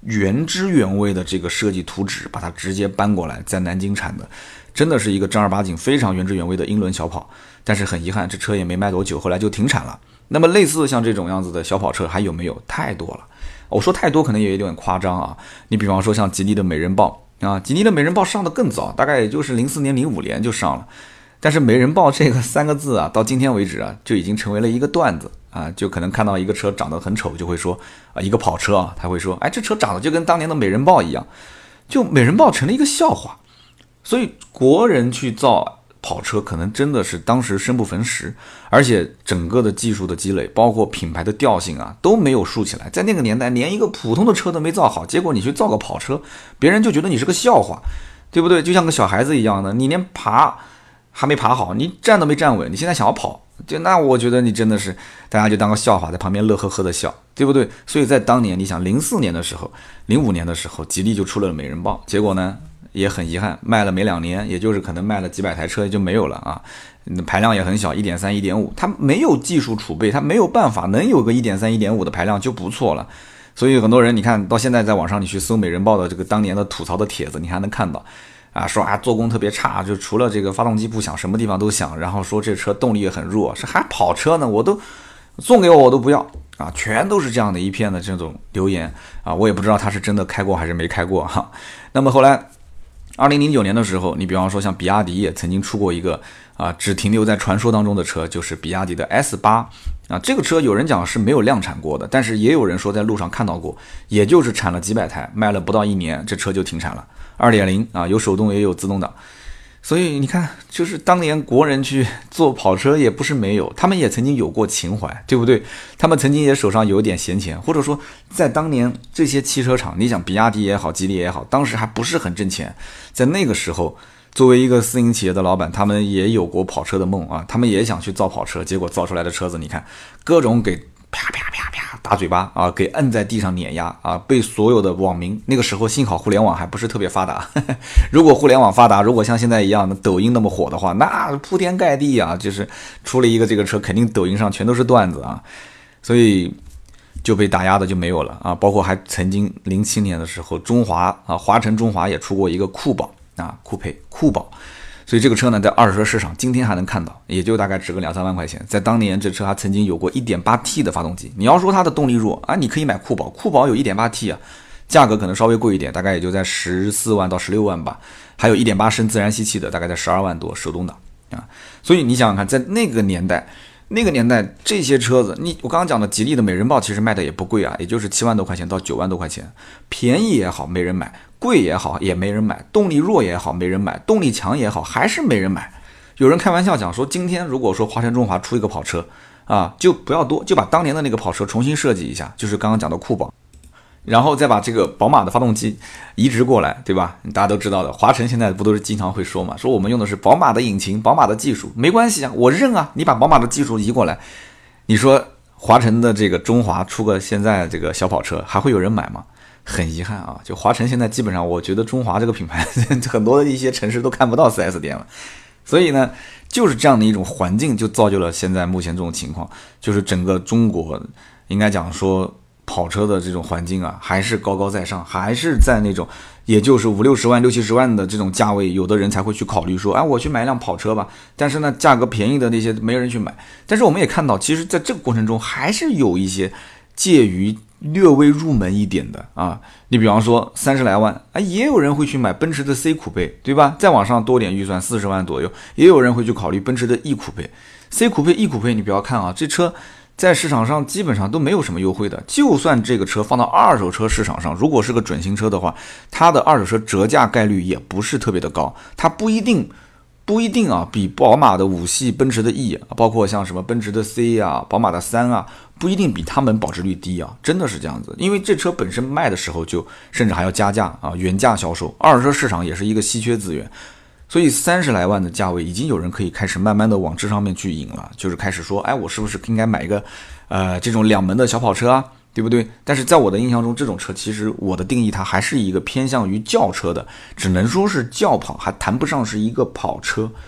原汁原味的这个设计图纸，把它直接搬过来，在南京产的，真的是一个正儿八经非常原汁原味的英伦小跑。但是很遗憾，这车也没卖多久，后来就停产了。那么类似像这种样子的小跑车还有没有？太多了。我说太多可能也有点夸张啊。你比方说像吉利的美人豹啊，吉利的美人豹上的更早，大概也就是04年、05年就上了。但是美人豹这个3个字啊，到今天为止啊，就已经成为了一个段子啊。就可能看到一个车长得很丑，就会说啊，一个跑车啊，他会说，哎，这车长得就跟当年的美人豹一样，就美人豹成了一个笑话。所以国人去造跑车，可能真的是当时生不逢时，而且整个的技术的积累，包括品牌的调性啊，都没有竖起来。在那个年代，连一个普通的车都没造好，结果你去造个跑车，别人就觉得你是个笑话，对不对？就像个小孩子一样的，你连爬还没爬好，你站都没站稳，你现在想要跑，那我觉得你真的是大家就当个笑话，在旁边乐呵呵的笑，对不对？所以在当年，你想04年的时候、05年的时候，吉利就出了美人豹，结果呢也很遗憾，卖了没2年，也就是可能卖了几百台车就没有了啊。排量也很小，1.3、1.5，它没有技术储备，它没有办法，能有个1.3、1.5的排量就不错了。所以很多人你看到现在在网上你去搜美人豹的这个当年的吐槽的帖子，你还能看到。说做工特别差，就除了这个发动机不响，什么地方都响，然后说这车动力也很弱，是还跑车呢，我都送给我都不要啊，全都是这样的一片的这种留言啊，我也不知道他是真的开过还是没开过哈。那么后来2009年的时候，你比方说像比亚迪也曾经出过一个只停留在传说当中的车，就是比亚迪的 S8啊，这个车有人讲是没有量产过的，但是也有人说在路上看到过，也就是产了几百台，卖了不到1年，这车就停产了。2.0啊，有手动也有自动挡，所以你看，就是当年国人去做跑车也不是没有，他们也曾经有过情怀，对不对？他们曾经也手上有点闲钱，或者说在当年这些汽车厂，你想比亚迪也好，吉利也好，当时还不是很挣钱，在那个时候，作为一个私营企业的老板，他们也有过跑车的梦啊，他们也想去造跑车，结果造出来的车子，你看各种给啪啪啪啪打嘴巴啊，给摁在地上碾压啊，被所有的网民，那个时候幸好互联网还不是特别发达，如果互联网发达，如果像现在一样的抖音那么火的话，那铺天盖地啊，就是出了一个这个车，肯定抖音上全都是段子啊，所以就被打压的就没有了啊。包括还曾经07年的时候，中华啊，华晨中华也出过一个酷宝啊，酷宝。所以这个车呢，在二手车市场今天还能看到，也就大概值个2-3万块钱。在当年，这车还曾经有过 1.8T 的发动机。你要说它的动力弱啊，你可以买酷宝，酷宝有 1.8T 啊，价格可能稍微贵一点，大概也就在14万到16万吧。还有 1.8 升自然吸气的，大概在12万多，手动挡啊。所以你想想看，在那个年代这些车子，我刚刚讲的吉利的美人豹其实卖的也不贵啊，也就是7万多块钱到9万多块钱，便宜也好没人买，贵也好也没人买，动力弱也好没人买，动力强也好还是没人买。有人开玩笑讲说，今天如果说华晨中华出一个跑车啊，就不要多，就把当年的那个跑车重新设计一下，就是刚刚讲的酷宝，然后再把这个宝马的发动机移植过来，对吧？大家都知道的，华晨现在不都是经常会说嘛，说我们用的是宝马的引擎，宝马的技术，没关系啊，我认啊，你把宝马的技术移过来，你说华晨的这个中华出个现在这个小跑车，还会有人买吗？很遗憾啊，就华晨现在基本上，我觉得中华这个品牌很多的一些城市都看不到 4S 店了，所以呢，就是这样的一种环境，就造就了现在目前这种情况，就是整个中国应该讲说跑车的这种环境啊，还是高高在上，还是在那种也就是50-60万、60-70万的这种价位，有的人才会去考虑说，哎，我去买一辆跑车吧。但是呢，价格便宜的那些没人去买。但是我们也看到，其实在这个过程中，还是有一些介于略微入门一点的啊。你比方说30来万啊，也有人会去买奔驰的 C 酷配，对吧？再往上多点预算40万左右，也有人会去考虑奔驰的 E 酷配、C 酷配、E 酷配。你不要看啊，这车在市场上基本上都没有什么优惠的，就算这个车放到二手车市场上，如果是个准新车的话，它的二手车折价概率也不是特别的高，它不一定啊，比宝马的5系、奔驰的 E， 包括像什么奔驰的 C 啊、宝马的3啊，不一定比他们保值率低啊，真的是这样子。因为这车本身卖的时候就甚至还要加价啊，原价销售，二手车市场也是一个稀缺资源。所以30来万的价位，已经有人可以开始慢慢的往这上面去引了，就是开始说，哎，我是不是应该买一个这种2门的小跑车啊，对不对？但是在我的印象中，这种车其实我的定义它还是一个偏向于轿车的，只能说是轿跑，还谈不上是一个跑车，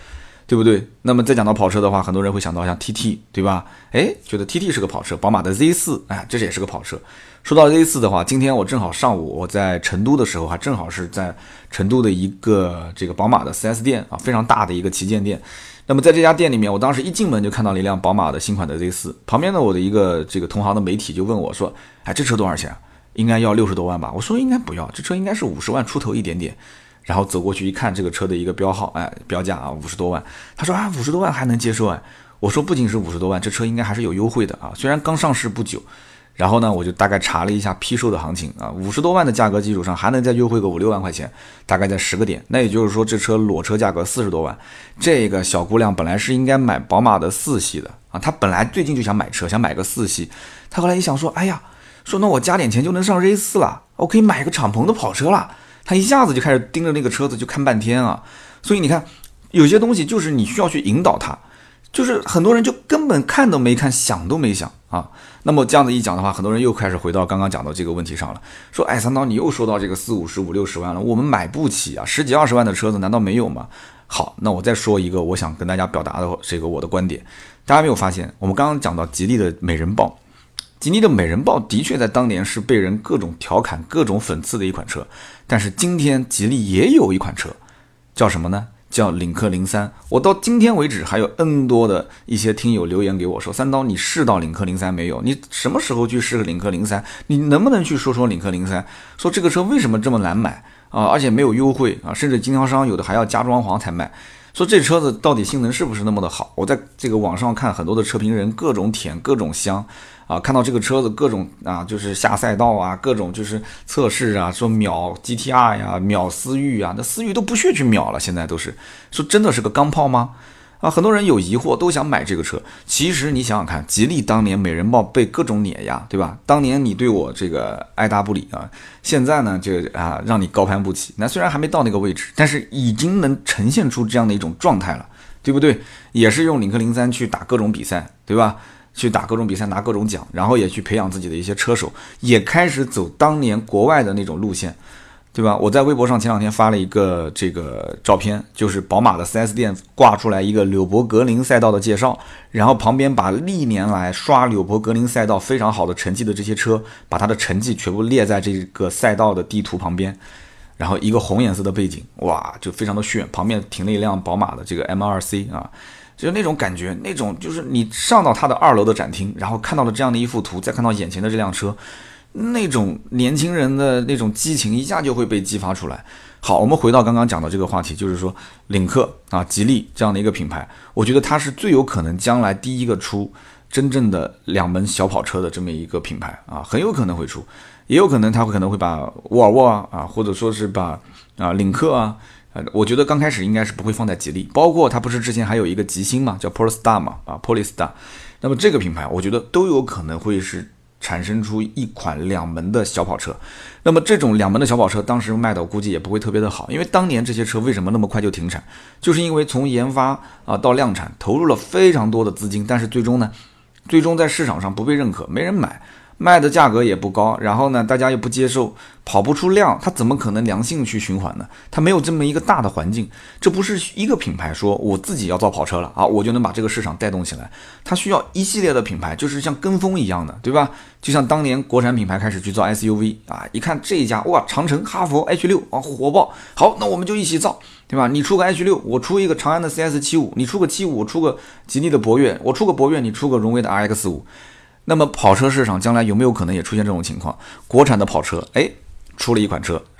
对不对？那么再讲到跑车的话，很多人会想到像 TT， 对吧？觉得 TT 是个跑车，宝马的 Z4，这也是个跑车。说到 Z4 的话，今天我正好上午我在成都的时候，还正好是在成都的一个这个宝马的 4S 店啊，非常大的一个旗舰店。那么在这家店里面，我当时一进门就看到了一辆宝马的新款的 Z4， 旁边的我的一个这个同行的媒体就问我说：“这车多少钱啊？应该要60多万吧？”我说：“应该不要，这车应该是50万出头一点点。”然后走过去一看，这个车的一个标号，标价50多万。他说50多万还能接受我说不仅是50多万，这车应该还是有优惠的啊，虽然刚上市不久。然后呢，我就大概查了一下批售的行情啊，50多万的价格基础上还能再优惠个5、6万块钱，大概在10个点。那也就是说，这车裸车价格40多万。这个小姑娘本来是应该买宝马的4系的啊，她本来最近就想买车，想买个4系。她后来一想说，说那我加点钱就能上 Z4 了，我可以买个敞篷的跑车了。她一下子就开始盯着那个车子就看半天啊。所以你看，有些东西就是你需要去引导她。就是很多人就根本看都没看，想都没想啊。那么这样子一讲的话，很多人又开始回到刚刚讲的这个问题上了，说三刀你又说到这个40、50、60万了，我们买不起啊，10几20万的车子难道没有吗？好，那我再说一个我想跟大家表达的这个我的观点。大家没有发现，我们刚刚讲到吉利的美人豹，吉利的美人豹的确在当年是被人各种调侃、各种讽刺的一款车，但是今天吉利也有一款车，叫什么呢？叫领克03。我到今天为止还有 N 多的一些听友留言给我说，三刀你试到领克03没有？你什么时候去试个领克03？你能不能去说说领克03？说这个车为什么这么难买啊？而且没有优惠啊，甚至经销商有的还要加装潢才卖。说这车子到底性能是不是那么的好？我在这个网上看很多的车评人各种舔各种香啊，看到这个车子各种就是下赛道啊，各种就是测试啊，说秒 GTR 呀，秒思域啊，那思域都不屑去秒了，现在都是说真的是个钢炮吗？很多人有疑惑，都想买这个车。其实你想想看，吉利当年美人豹被各种碾压，对吧？当年你对我这个爱答不理啊，现在呢就让你高攀不起。那虽然还没到那个位置，但是已经能呈现出这样的一种状态了，对不对？也是用领克03去打各种比赛，对吧？去打各种比赛拿各种奖，然后也去培养自己的一些车手，也开始走当年国外的那种路线。对吧？我在微博上前两天发了一个这个照片，就是宝马的 4S 店挂出来一个柳伯格林赛道的介绍，然后旁边把历年来刷柳伯格林赛道非常好的成绩的这些车，把它的成绩全部列在这个赛道的地图旁边，然后一个红颜色的背景，哇，就非常的炫。旁边停了一辆宝马的这个 M2C 啊，就是那种感觉，那种就是你上到它的2楼的展厅，然后看到了这样的一幅图，再看到眼前的这辆车。那种年轻人的那种激情一下就会被激发出来。好，我们回到刚刚讲的这个话题，就是说领克吉利这样的一个品牌，我觉得它是最有可能将来第一个出真正的2门小跑车的这么一个品牌很有可能会出，也有可能它可能会把沃尔沃或者说是把领克我觉得刚开始应该是不会放在吉利，包括它不是之前还有一个极星嘛，叫 Polestar 嘛Polestar， 那么这个品牌我觉得都有可能会是产生出一款2门的小跑车。那么这种2门的小跑车当时卖的我估计也不会特别的好，因为当年这些车为什么那么快就停产，就是因为从研发到量产投入了非常多的资金，但是最终在市场上不被认可，没人买，卖的价格也不高，然后呢大家又不接受，跑不出量，它怎么可能良性去循环呢？它没有这么一个大的环境，这不是一个品牌说我自己要造跑车了我就能把这个市场带动起来，它需要一系列的品牌，就是像跟风一样的，对吧？就像当年国产品牌开始去造 SUV 一看这一家哇，长城、哈弗 H6 火爆，好，那我们就一起造，对吧？你出个 H6， 我出一个长安的 CS75， 你出个75，我出个吉利的博越，我出个博越，你出个荣威的 RX5。那么跑车市场将来有没有可能也出现这种情况？国产的跑车，出了一款车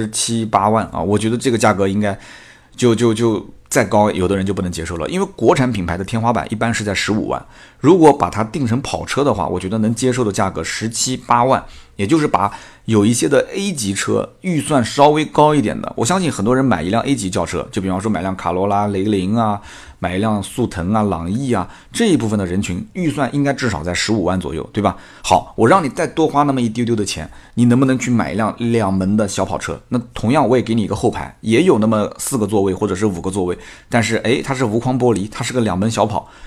17、8万我觉得这个价格应该就再高，有的人就不能接受了，因为国产品牌的天花板一般是在15万，如果把它定成跑车的话，我觉得能接受的价格17、8万，也就是把有一些的 A 级车预算稍微高一点的，我相信很多人买一辆 A 级轿车，就比方说买辆卡罗拉、雷凌买一辆速腾朗逸这一部分的人群预算应该至少在15万左右，对吧？好，我让你再多花那么一丢丢的钱，你能不能去买一辆2门的小跑车？那同样我也给你一个后排，也有那么4个座位或者是5个座位，但是它是无框玻璃，它是个2门小跑。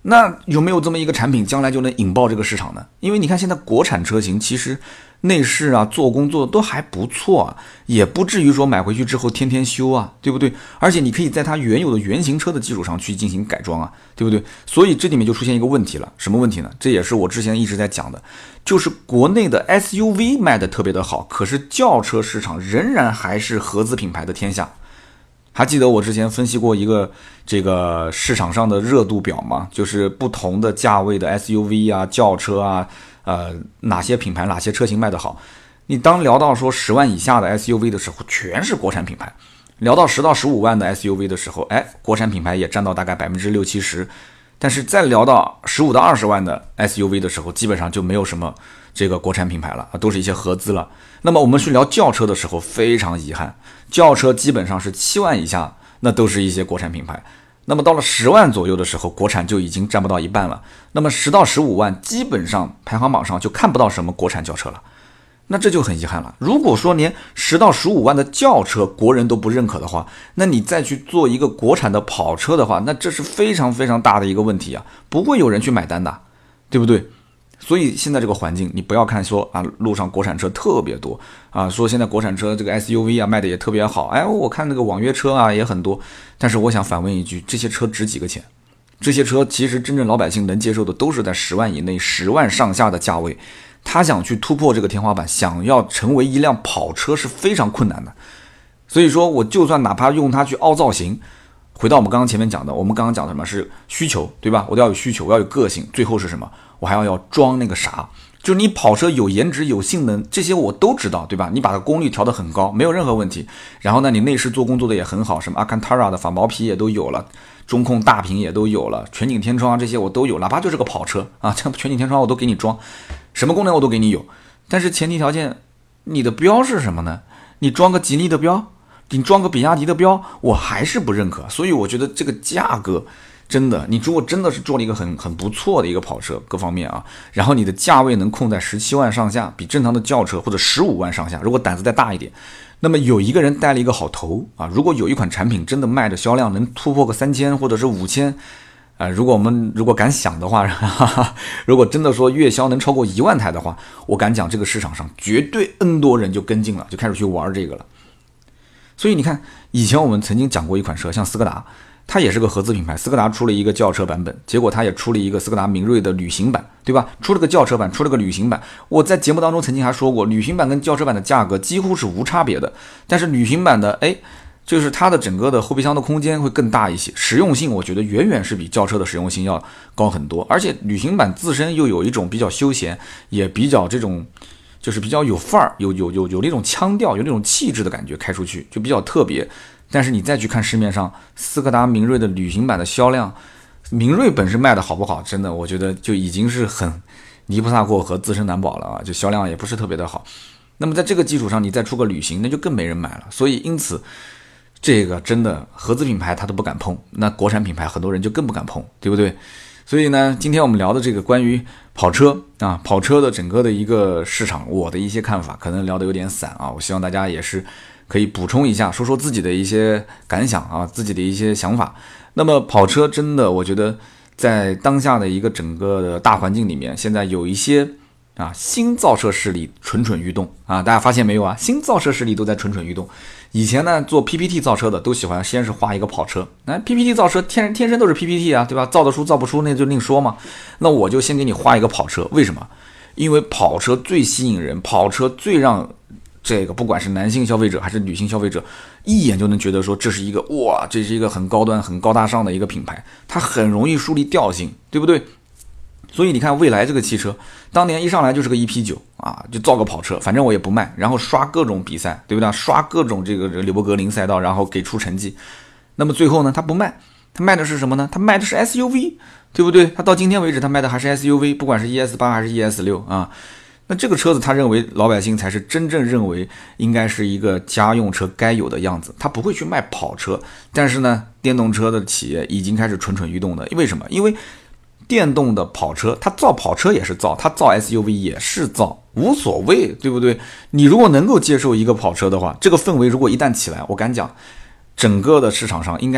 那有没有这么一个产品，将来就能引爆这个市场呢？因为你看现在国产车型其实内饰啊、做工做的都还不错啊，也不至于说买回去之后天天修啊，对不对？而且你可以在它原有的原型车的基础上去进行改装啊，对不对？所以这里面就出现一个问题了，什么问题呢？这也是我之前一直在讲的，就是国内的 SUV 卖的特别的好，可是轿车市场仍然还是合资品牌的天下。还记得我之前分析过一个这个市场上的热度表吗？就是不同的价位的 SUV 啊、轿车啊，哪些品牌、哪些车型卖得好？你当聊到说10万以下的 SUV 的时候，全是国产品牌；聊到10到15万的 SUV 的时候，国产品牌也占到大概60-70%。但是再聊到15到20万的 SUV 的时候，基本上就没有什么这个国产品牌了，都是一些合资了。那么我们去聊轿车的时候，非常遗憾，轿车基本上是7万以下，那都是一些国产品牌。那么到了10万左右的时候，国产就已经占不到一半了。那么10到15万，基本上排行榜上就看不到什么国产轿车了。那这就很遗憾了。如果说连10到15万的轿车国人都不认可的话，那你再去做一个国产的跑车的话，那这是非常非常大的一个问题啊，不会有人去买单的，对不对？所以现在这个环境，你不要看说啊，路上国产车特别多啊，说现在国产车这个 SUV 啊卖的也特别好，我看那个网约车啊也很多，但是我想反问一句，这些车值几个钱？这些车其实真正老百姓能接受的都是在10万以内、10万上下的价位。他想去突破这个天花板，想要成为一辆跑车是非常困难的。所以说我就算哪怕用它去凹造型，回到我们刚刚前面讲的，我们刚刚讲的什么是需求，对吧？我都要有需求，我要有个性，最后是什么？我还要装那个啥，就是你跑车有颜值有性能，这些我都知道，对吧？你把它功率调得很高，没有任何问题。然后呢，你内饰做工做的也很好，什么阿坎塔拉的反毛皮也都有了，中控大屏也都有了，全景天窗这些我都有，哪怕就是个跑车啊，这全景天窗我都给你装，什么功能我都给你有。但是前提条件，你的标是什么呢？你装个吉利的标，你装个比亚迪的标，我还是不认可。所以我觉得这个价格真的，你如果真的是做了一个很不错的一个跑车，各方面啊，然后你的价位能控在17万上下，比正常的轿车或者15万上下，如果胆子再大一点，那么有一个人带了一个好头啊，如果有一款产品真的卖的销量能突破个3000或者是5000如果我们敢想的话，如果真的说月销能超过1万台的话，我敢讲这个市场上绝对 N 多人就跟进了，就开始去玩这个了。所以你看，以前我们曾经讲过一款车，像斯柯达，它也是个合资品牌，斯柯达出了一个轿车版本，结果它也出了一个斯柯达明锐的旅行版，对吧？出了个轿车版，出了个旅行版。我在节目当中曾经还说过，旅行版跟轿车版的价格几乎是无差别的，但是旅行版的就是它的整个的后备箱的空间会更大一些，实用性我觉得远远是比轿车的实用性要高很多，而且旅行版自身又有一种比较休闲，也比较这种就是比较有范儿，有那种腔调，有那种气质的感觉，开出去就比较特别。但是你再去看市面上斯柯达明锐的旅行版的销量，明锐本身卖的好不好，真的我觉得就已经是很泥菩萨过河自身难保了啊，就销量也不是特别的好。那么在这个基础上你再出个旅行，那就更没人买了。所以因此这个真的合资品牌他都不敢碰，那国产品牌很多人就更不敢碰，对不对？所以呢，今天我们聊的这个关于跑车啊，跑车的整个的一个市场，我的一些看法可能聊得有点散啊，我希望大家也是可以补充一下，说说自己的一些感想啊，自己的一些想法。那么跑车真的，我觉得在当下的一个整个的大环境里面，现在有一些新造车势力蠢蠢欲动啊，大家发现没有啊？新造车势力都在蠢蠢欲动。以前呢，做 PPT 造车的都喜欢先是画一个跑车，PPT 造车天生都是 PPT 啊，对吧？造得出造不出那就另说嘛。那我就先给你画一个跑车，为什么？因为跑车最吸引人，跑车最让这个不管是男性消费者还是女性消费者，一眼就能觉得说这是一个这是一个很高端、很高大上的一个品牌，它很容易树立调性，对不对？所以你看蔚来这个汽车，当年一上来就是个 EP9啊，就造个跑车，反正我也不卖，然后刷各种比赛，对不对？刷各种这个纽博格林赛道，然后给出成绩。那么最后呢，他不卖，他卖的是什么呢？他卖的是 SUV， 对不对？他到今天为止，他卖的还是 SUV， 不管是 ES8 还是 ES6啊。那这个车子，他认为老百姓才是真正认为应该是一个家用车该有的样子，他不会去卖跑车。但是呢，电动车的企业已经开始蠢蠢欲动的，为什么？因为电动的跑车，它造跑车也是造，它造 SUV 也是造，无所谓，对不对？你如果能够接受一个跑车的话，这个氛围如果一旦起来，我敢讲，整个的市场上应该讲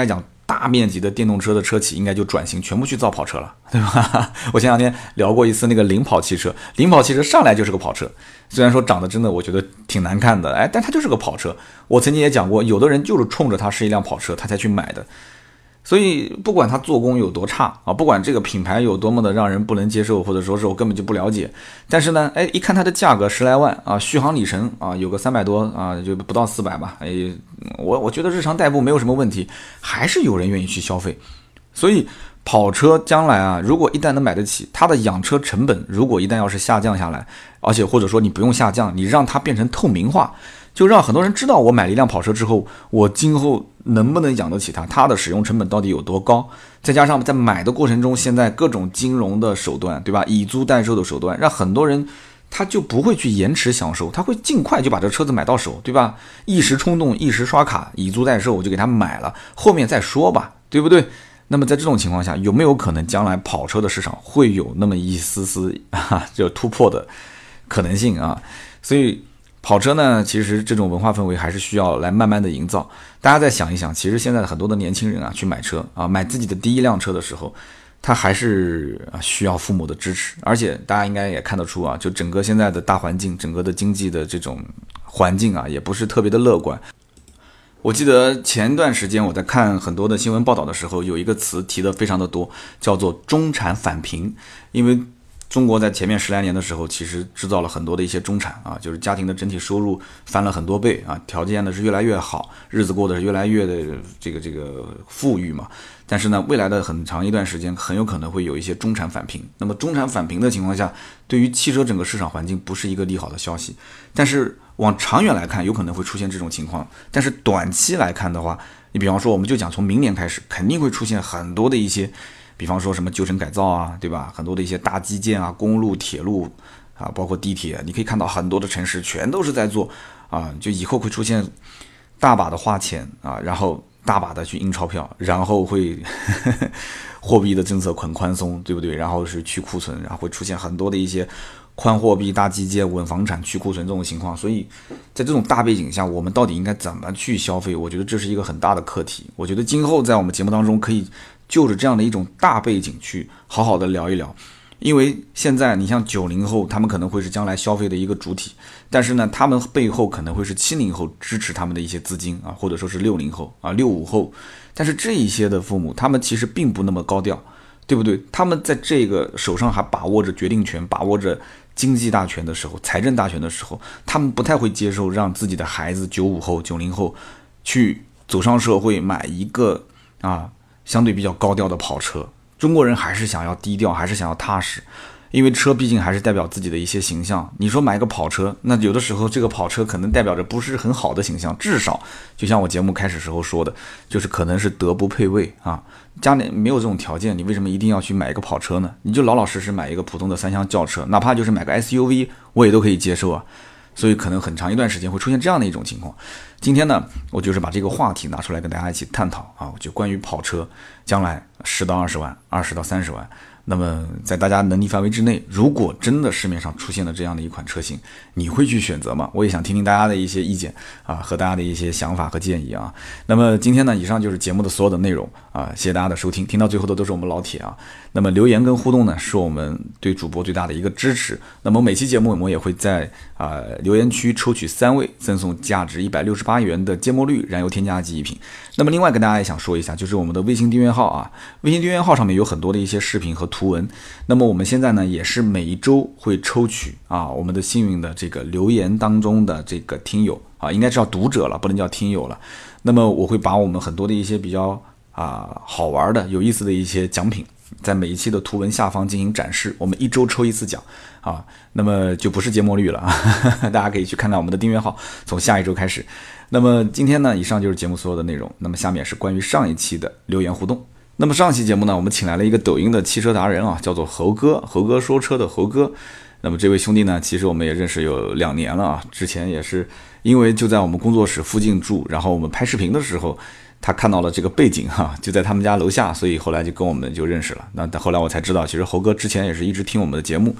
大面积的电动车的车企应该就转型全部去造跑车了，对吧？我前两天聊过一次那个领跑汽车，领跑汽车上来就是个跑车，虽然说长得真的我觉得挺难看的，但它就是个跑车。我曾经也讲过，有的人就是冲着它是一辆跑车他才去买的。所以不管它做工有多差啊，不管这个品牌有多么的让人不能接受，或者说是我根本就不了解，但是呢，一看它的价格10来万啊，续航里程啊有个300多啊，就不到400吧，我觉得日常代步没有什么问题，还是有人愿意去消费。所以跑车将来啊，如果一旦能买得起，它的养车成本如果一旦要是下降下来，而且或者说你不用下降，你让它变成透明化，就让很多人知道我买了一辆跑车之后，我今后能不能养得起它的使用成本到底有多高，再加上在买的过程中，现在各种金融的手段，对吧？以租代售的手段，让很多人他就不会去延迟享受，他会尽快就把这车子买到手，对吧？一时冲动，一时刷卡，以租代售，我就给他买了，后面再说吧，对不对？那么在这种情况下，有没有可能将来跑车的市场会有那么一丝丝就突破的可能性啊？所以跑车呢，其实这种文化氛围还是需要来慢慢的营造。大家再想一想，其实现在很多的年轻人啊，去买车啊，买自己的第一辆车的时候，他还是需要父母的支持。而且大家应该也看得出啊，就整个现在的大环境，整个的经济的这种环境啊，也不是特别的乐观。我记得前段时间我在看很多的新闻报道的时候，有一个词提的非常的多，叫做中产返贫。因为中国在前面10来年的时候，其实制造了很多的一些中产啊，就是家庭的整体收入翻了很多倍啊，条件呢是越来越好，日子过得是越来越的这个富裕嘛。但是呢，未来的很长一段时间，很有可能会有一些中产返贫。那么中产返贫的情况下，对于汽车整个市场环境不是一个利好的消息。但是往长远来看，有可能会出现这种情况。但是短期来看的话，你比方说，我们就讲从明年开始，肯定会出现很多的一些，比方说什么旧城改造啊，对吧？很多的一些大基建啊，公路、铁路啊，包括地铁，你可以看到很多的城市全都是在做啊，就以后会出现大把的花钱啊，然后大把的去印钞票，然后会货币的政策很宽松，对不对？然后是去库存，然后会出现很多的一些宽货币、大基建、稳房产、去库存这种情况。所以在这种大背景下，我们到底应该怎么去消费？我觉得这是一个很大的课题。我觉得今后在我们节目当中可以就着这样的一种大背景去好好的聊一聊。因为现在你像90后，他们可能会是将来消费的一个主体，但是呢，他们背后可能会是70后支持他们的一些资金啊，或者说是60后啊、65后。但是这一些的父母，他们其实并不那么高调，对不对？他们在这个手上还把握着决定权，把握着经济大权的时候，财政大权的时候，他们不太会接受让自己的孩子95后、90后去走上社会买一个相对比较高调的跑车。中国人还是想要低调，还是想要踏实，因为车毕竟还是代表自己的一些形象。你说买个跑车，那有的时候这个跑车可能代表着不是很好的形象，至少就像我节目开始时候说的，就是可能是德不配位啊。家里没有这种条件，你为什么一定要去买一个跑车呢？你就老老实实买一个普通的3厢轿车，哪怕就是买个 SUV， 我也都可以接受啊。所以可能很长一段时间会出现这样的一种情况。今天呢，我就是把这个话题拿出来跟大家一起探讨啊，就关于跑车将来10到20万、20到30万。那么在大家能力范围之内，如果真的市面上出现了这样的一款车型，你会去选择吗？我也想听听大家的一些意见啊，和大家的一些想法和建议啊。那么今天呢，以上就是节目的所有的内容啊，谢谢大家的收听，听到最后的都是我们老铁啊。那么留言跟互动呢，是我们对主播最大的一个支持。那么每期节目我们也会在留言区抽取3位，赠送价值168元的芥末绿燃油添加剂1瓶。那么另外跟大家也想说一下，就是我们的微信订阅号啊，微信订阅号上面有很多的一些视频和图文。那么我们现在呢，也是每一周会抽取我们的幸运的这个留言当中的这个听友啊，应该叫读者了，不能叫听友了。那么我会把我们很多的一些比较好玩的、有意思的一些奖品，在每一期的图文下方进行展示。我们1周抽1次奖啊，那么就不是芥末绿了大家可以去看看我们的订阅号，从下一周开始。那么今天呢，以上就是节目所有的内容。那么下面是关于上一期的留言互动。那么上期节目呢，我们请来了一个抖音的汽车达人啊，叫做猴哥，猴哥说车的猴哥。那么这位兄弟呢，其实我们也认识有2年了啊，之前也是因为就在我们工作室附近住，然后我们拍视频的时候，他看到了这个背景就在他们家楼下，所以后来就跟我们就认识了。那后来我才知道，其实猴哥之前也是一直听我们的节目。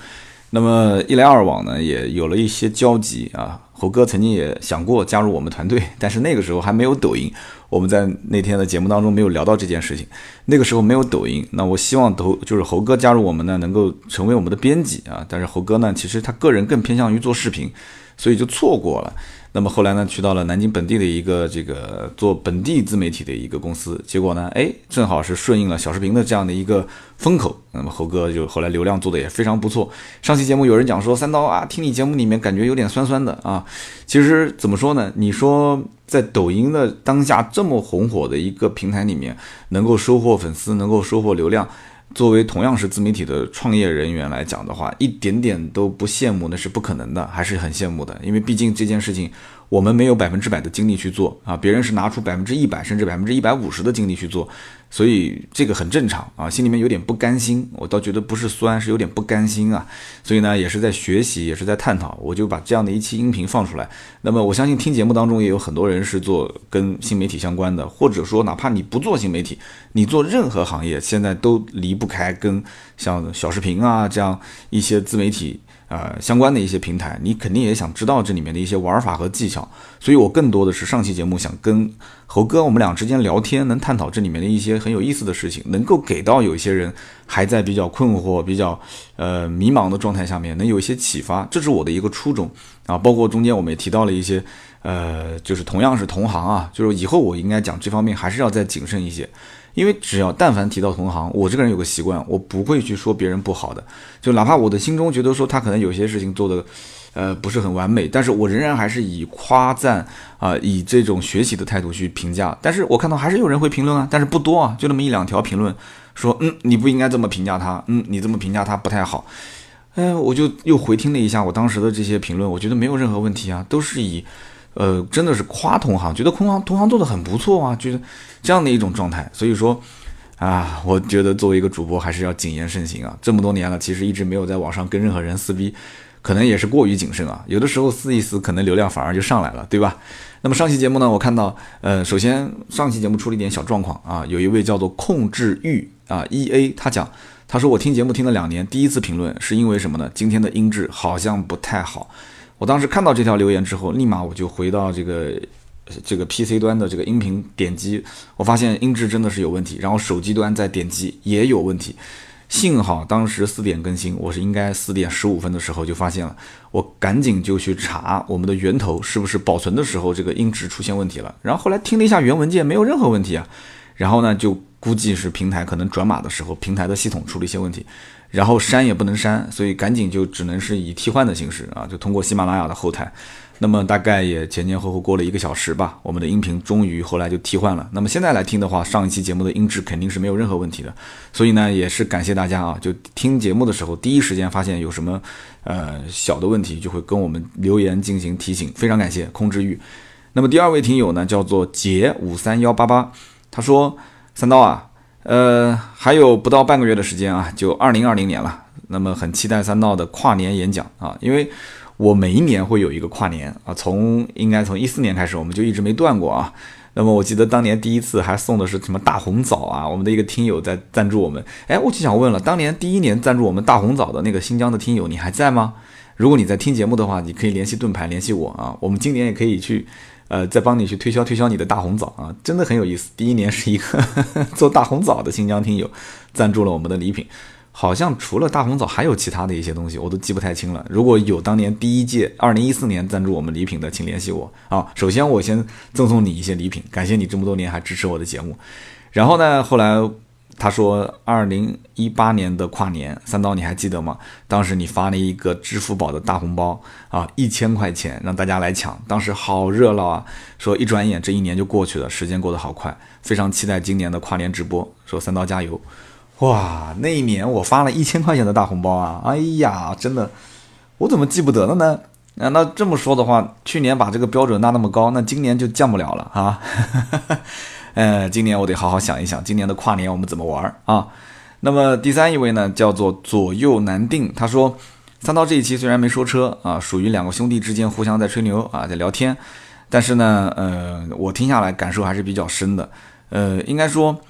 那么一来二往呢，也有了一些交集啊。猴哥曾经也想过加入我们团队，但是那个时候还没有抖音，我们在那天的节目当中没有聊到这件事情。那个时候没有抖音，那我希望就是猴哥加入我们呢，能够成为我们的编辑啊。但是猴哥呢，其实他个人更偏向于做视频，所以就错过了。那么后来呢，去到了南京本地的一个这个做本地自媒体的一个公司，结果呢，正好是顺应了小视频的这样的一个风口。那么猴哥就后来流量做的也非常不错。上期节目有人讲说三刀啊，听你节目里面感觉有点酸酸的啊。其实怎么说呢？你说在抖音的当下这么红火的一个平台里面，能够收获粉丝，能够收获流量，作为同样是自媒体的创业人员来讲的话，一点点都不羡慕那是不可能的，还是很羡慕的。因为毕竟这件事情我们没有100%的精力去做啊，别人是拿出100%甚至150%的精力去做，所以这个很正常啊，心里面有点不甘心，我倒觉得不是酸，是有点不甘心啊。所以呢，也是在学习，也是在探讨，我就把这样的一期音频放出来。那么我相信听节目当中也有很多人是做跟新媒体相关的，或者说哪怕你不做新媒体，你做任何行业，现在都离不开跟像小视频啊这样一些自媒体相关的一些平台，你肯定也想知道这里面的一些玩法和技巧。所以我更多的是上期节目想跟猴哥我们俩之间聊天，能探讨这里面的一些很有意思的事情，能够给到有一些人还在比较困惑、比较迷茫的状态下面，能有一些启发，这是我的一个初衷啊。包括中间我们也提到了一些就是同样是同行啊，就是以后我应该讲这方面还是要再谨慎一些。因为只要但凡提到同行，我这个人有个习惯，我不会去说别人不好的，就哪怕我的心中觉得说他可能有些事情做的不是很完美，但是我仍然还是以夸赞以这种学习的态度去评价。但是我看到还是有人会评论啊，但是不多啊，就那么1-2条评论说你不应该这么评价他，你这么评价他不太好。我就又回听了一下我当时的这些评论，我觉得没有任何问题啊，都是以真的是夸同行，觉得同行做得很不错啊，就是这样的一种状态。所以说啊，我觉得作为一个主播还是要谨言慎行啊。这么多年了，其实一直没有在网上跟任何人撕逼，可能也是过于谨慎啊。有的时候撕一撕，可能流量反而就上来了，对吧？那么上期节目呢，我看到首先上期节目出了一点小状况啊，有一位叫做控制欲啊 EA， 他说我听节目听了2年，第一次评论是因为什么呢？今天的音质好像不太好。我当时看到这条留言之后，立马我就回到这个 PC 端的这个音频点击，我发现音质真的是有问题，然后手机端再点击也有问题。幸好当时4点更新，我是应该4点15分的时候就发现了，我赶紧就去查我们的源头是不是保存的时候这个音质出现问题了。然后后来听了一下原文件，没有任何问题啊。然后呢，就估计是平台可能转码的时候，平台的系统出了一些问题，然后删也不能删，所以赶紧就只能是以替换的形式啊，就通过喜马拉雅的后台。那么大概也前后过了1个小时吧，我们的音频终于后来就替换了。那么现在来听的话，上一期节目的音质肯定是没有任何问题的。所以呢，也是感谢大家啊，就听节目的时候第一时间发现有什么小的问题，就会跟我们留言进行提醒，非常感谢控制欲。那么第2位听友呢，叫做杰53188，他说三刀啊，还有不到半个月的时间啊，就2020年了。那么很期待三刀的跨年演讲啊，因为我每一年会有一个跨年啊，应该从14年开始，我们就一直没断过啊。那么我记得当年第一次还送的是什么大红枣啊，我们的一个听友在赞助我们。我就想问了，当年第1年赞助我们大红枣的那个新疆的听友，你还在吗？如果你在听节目的话，你可以联系盾牌，联系我啊，我们今年也可以去再帮你去推销你的大红枣啊，真的很有意思。第1年是一个做大红枣的新疆听友赞助了我们的礼品。好像除了大红枣还有其他的一些东西，我都记不太清了。如果有当年第1届2014年赞助我们礼品的，请联系我啊。首先我先赠送你一些礼品，感谢你这么多年还支持我的节目。然后呢，后来他说2018年的跨年，三刀你还记得吗？当时你发了一个支付宝的大红包啊，1000块钱让大家来抢，当时好热闹啊。说一转眼这1年就过去了，时间过得好快，非常期待今年的跨年直播，说三刀加油。哇，那一年我发了1000块钱的大红包啊！哎呀，真的，我怎么记不得了呢？那这么说的话，去年把这个标准拉那么高，那今年就降不了了啊！今年我得好好想一想，今年的跨年我们怎么玩啊？那么第3一位呢，叫做左右难定，他说三刀这一期虽然没说车啊，属于2个兄弟之间互相在吹牛啊，在聊天，但是呢，我听下来感受还是比较深的。应该说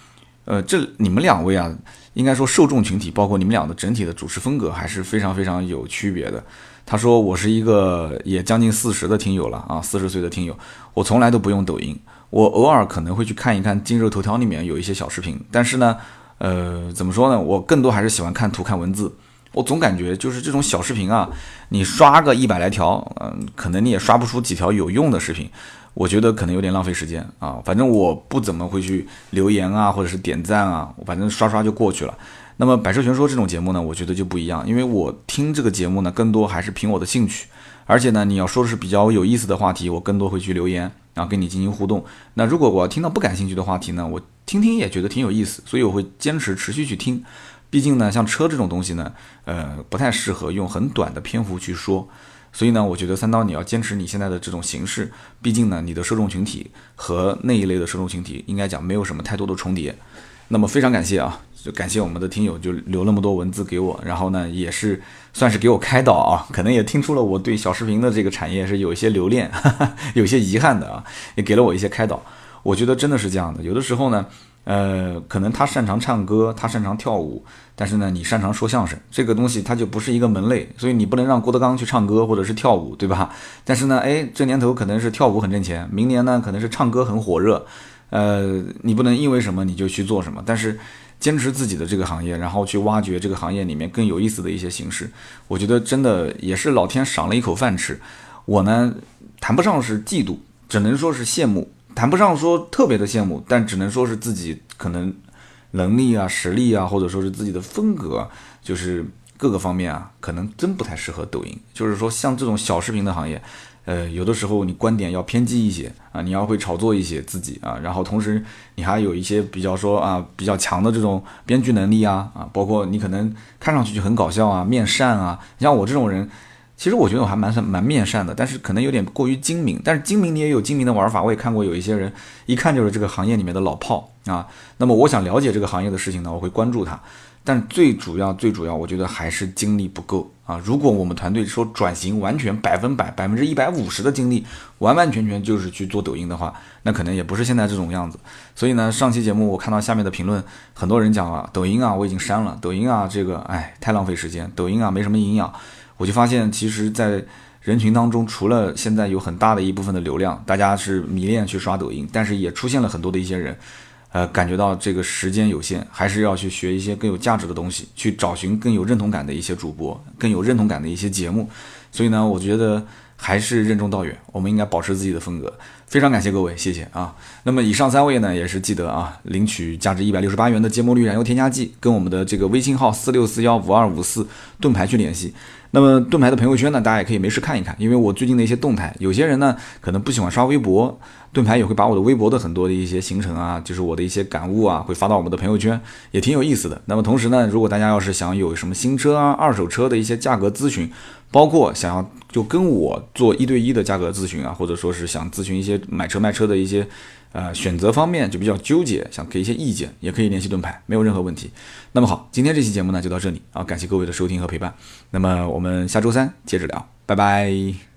这你们两位啊，应该说受众群体，包括你们俩的整体的主持风格还是非常非常有区别的。他说我是一个也将近40的听友了啊，40岁的听友，我从来都不用抖音，我偶尔可能会去看一看今日头条里面有一些小视频，但是呢，怎么说呢，我更多还是喜欢看图看文字。我总感觉就是这种小视频啊，你刷个100来条，可能你也刷不出几条有用的视频，我觉得可能有点浪费时间啊。反正我不怎么会去留言啊，或者是点赞啊，反正刷刷就过去了。那么百车全说这种节目呢，我觉得就不一样，因为我听这个节目呢，更多还是凭我的兴趣，而且呢，你要说是比较有意思的话题，我更多会去留言，然后跟你进行互动。那如果我听到不感兴趣的话题呢，我听听也觉得挺有意思，所以我会坚持持续去听。毕竟呢，像车这种东西呢，不太适合用很短的篇幅去说，所以呢，我觉得三刀你要坚持你现在的这种形式，毕竟呢，你的受众群体和那一类的受众群体应该讲没有什么太多的重叠。那么非常感谢啊，就感谢我们的听友就留那么多文字给我，然后呢也是算是给我开导啊，可能也听出了我对小视频的这个产业是有一些留恋，有一些遗憾的啊，也给了我一些开导。我觉得真的是这样的，有的时候呢，可能他擅长唱歌，他擅长跳舞，但是呢你擅长说相声，这个东西它就不是一个门类，所以你不能让郭德纲去唱歌或者是跳舞，对吧？但是呢，这年头可能是跳舞很挣钱，明年呢可能是唱歌很火热。你不能因为什么你就去做什么，但是坚持自己的这个行业，然后去挖掘这个行业里面更有意思的一些形式，我觉得真的也是老天赏了一口饭吃。我呢谈不上是嫉妒，只能说是羡慕，谈不上说特别的羡慕，但只能说是自己可能能力啊、实力啊，或者说是自己的风格，就是各个方面啊，可能真不太适合抖音。就是说像这种小视频的行业，有的时候你观点要偏激一些啊，你要会炒作一些自己啊，然后同时你还有一些比较强的这种编剧能力啊，包括你可能看上去就很搞笑啊、面善啊。你像我这种人，其实我觉得我还蛮面善的，但是可能有点过于精明。但是精明你也有精明的玩法，我也看过有一些人一看就是这个行业里面的老炮啊。那么我想了解这个行业的事情呢，我会关注它。但最主要，我觉得还是精力不够啊！如果我们团队说转型完全100%、150%的精力，完完全全就是去做抖音的话，那可能也不是现在这种样子。所以呢，上期节目我看到下面的评论，很多人讲啊，抖音啊我已经删了，抖音啊这个太浪费时间，抖音啊没什么营养。我就发现其实在人群当中，除了现在有很大的一部分的流量，大家是迷恋去刷抖音，但是也出现了很多的一些人感觉到这个时间有限，还是要去学一些更有价值的东西，去找寻更有认同感的一些主播，更有认同感的一些节目。所以呢，我觉得还是任重道远，我们应该保持自己的风格。非常感谢各位，谢谢啊。那么以上3位呢，也是记得啊，领取价值168元的芥末绿燃油添加剂，跟我们的这个微信号46415254盾牌去联系。那么盾牌的朋友圈呢，大家也可以没事看一看，因为我最近的一些动态，有些人呢可能不喜欢刷微博，盾牌也会把我的微博的很多的一些行程啊，就是我的一些感悟啊，会发到我们的朋友圈，也挺有意思的。那么同时呢，如果大家要是想有什么新车啊、二手车的一些价格咨询，包括想要就跟我做1对1的价格咨询啊，或者说是想咨询一些买车卖车的一些选择方面就比较纠结，想给一些意见，也可以联系盾牌，没有任何问题。那么好，今天这期节目呢就到这里啊，感谢各位的收听和陪伴。那么我们下周3接着聊，拜拜。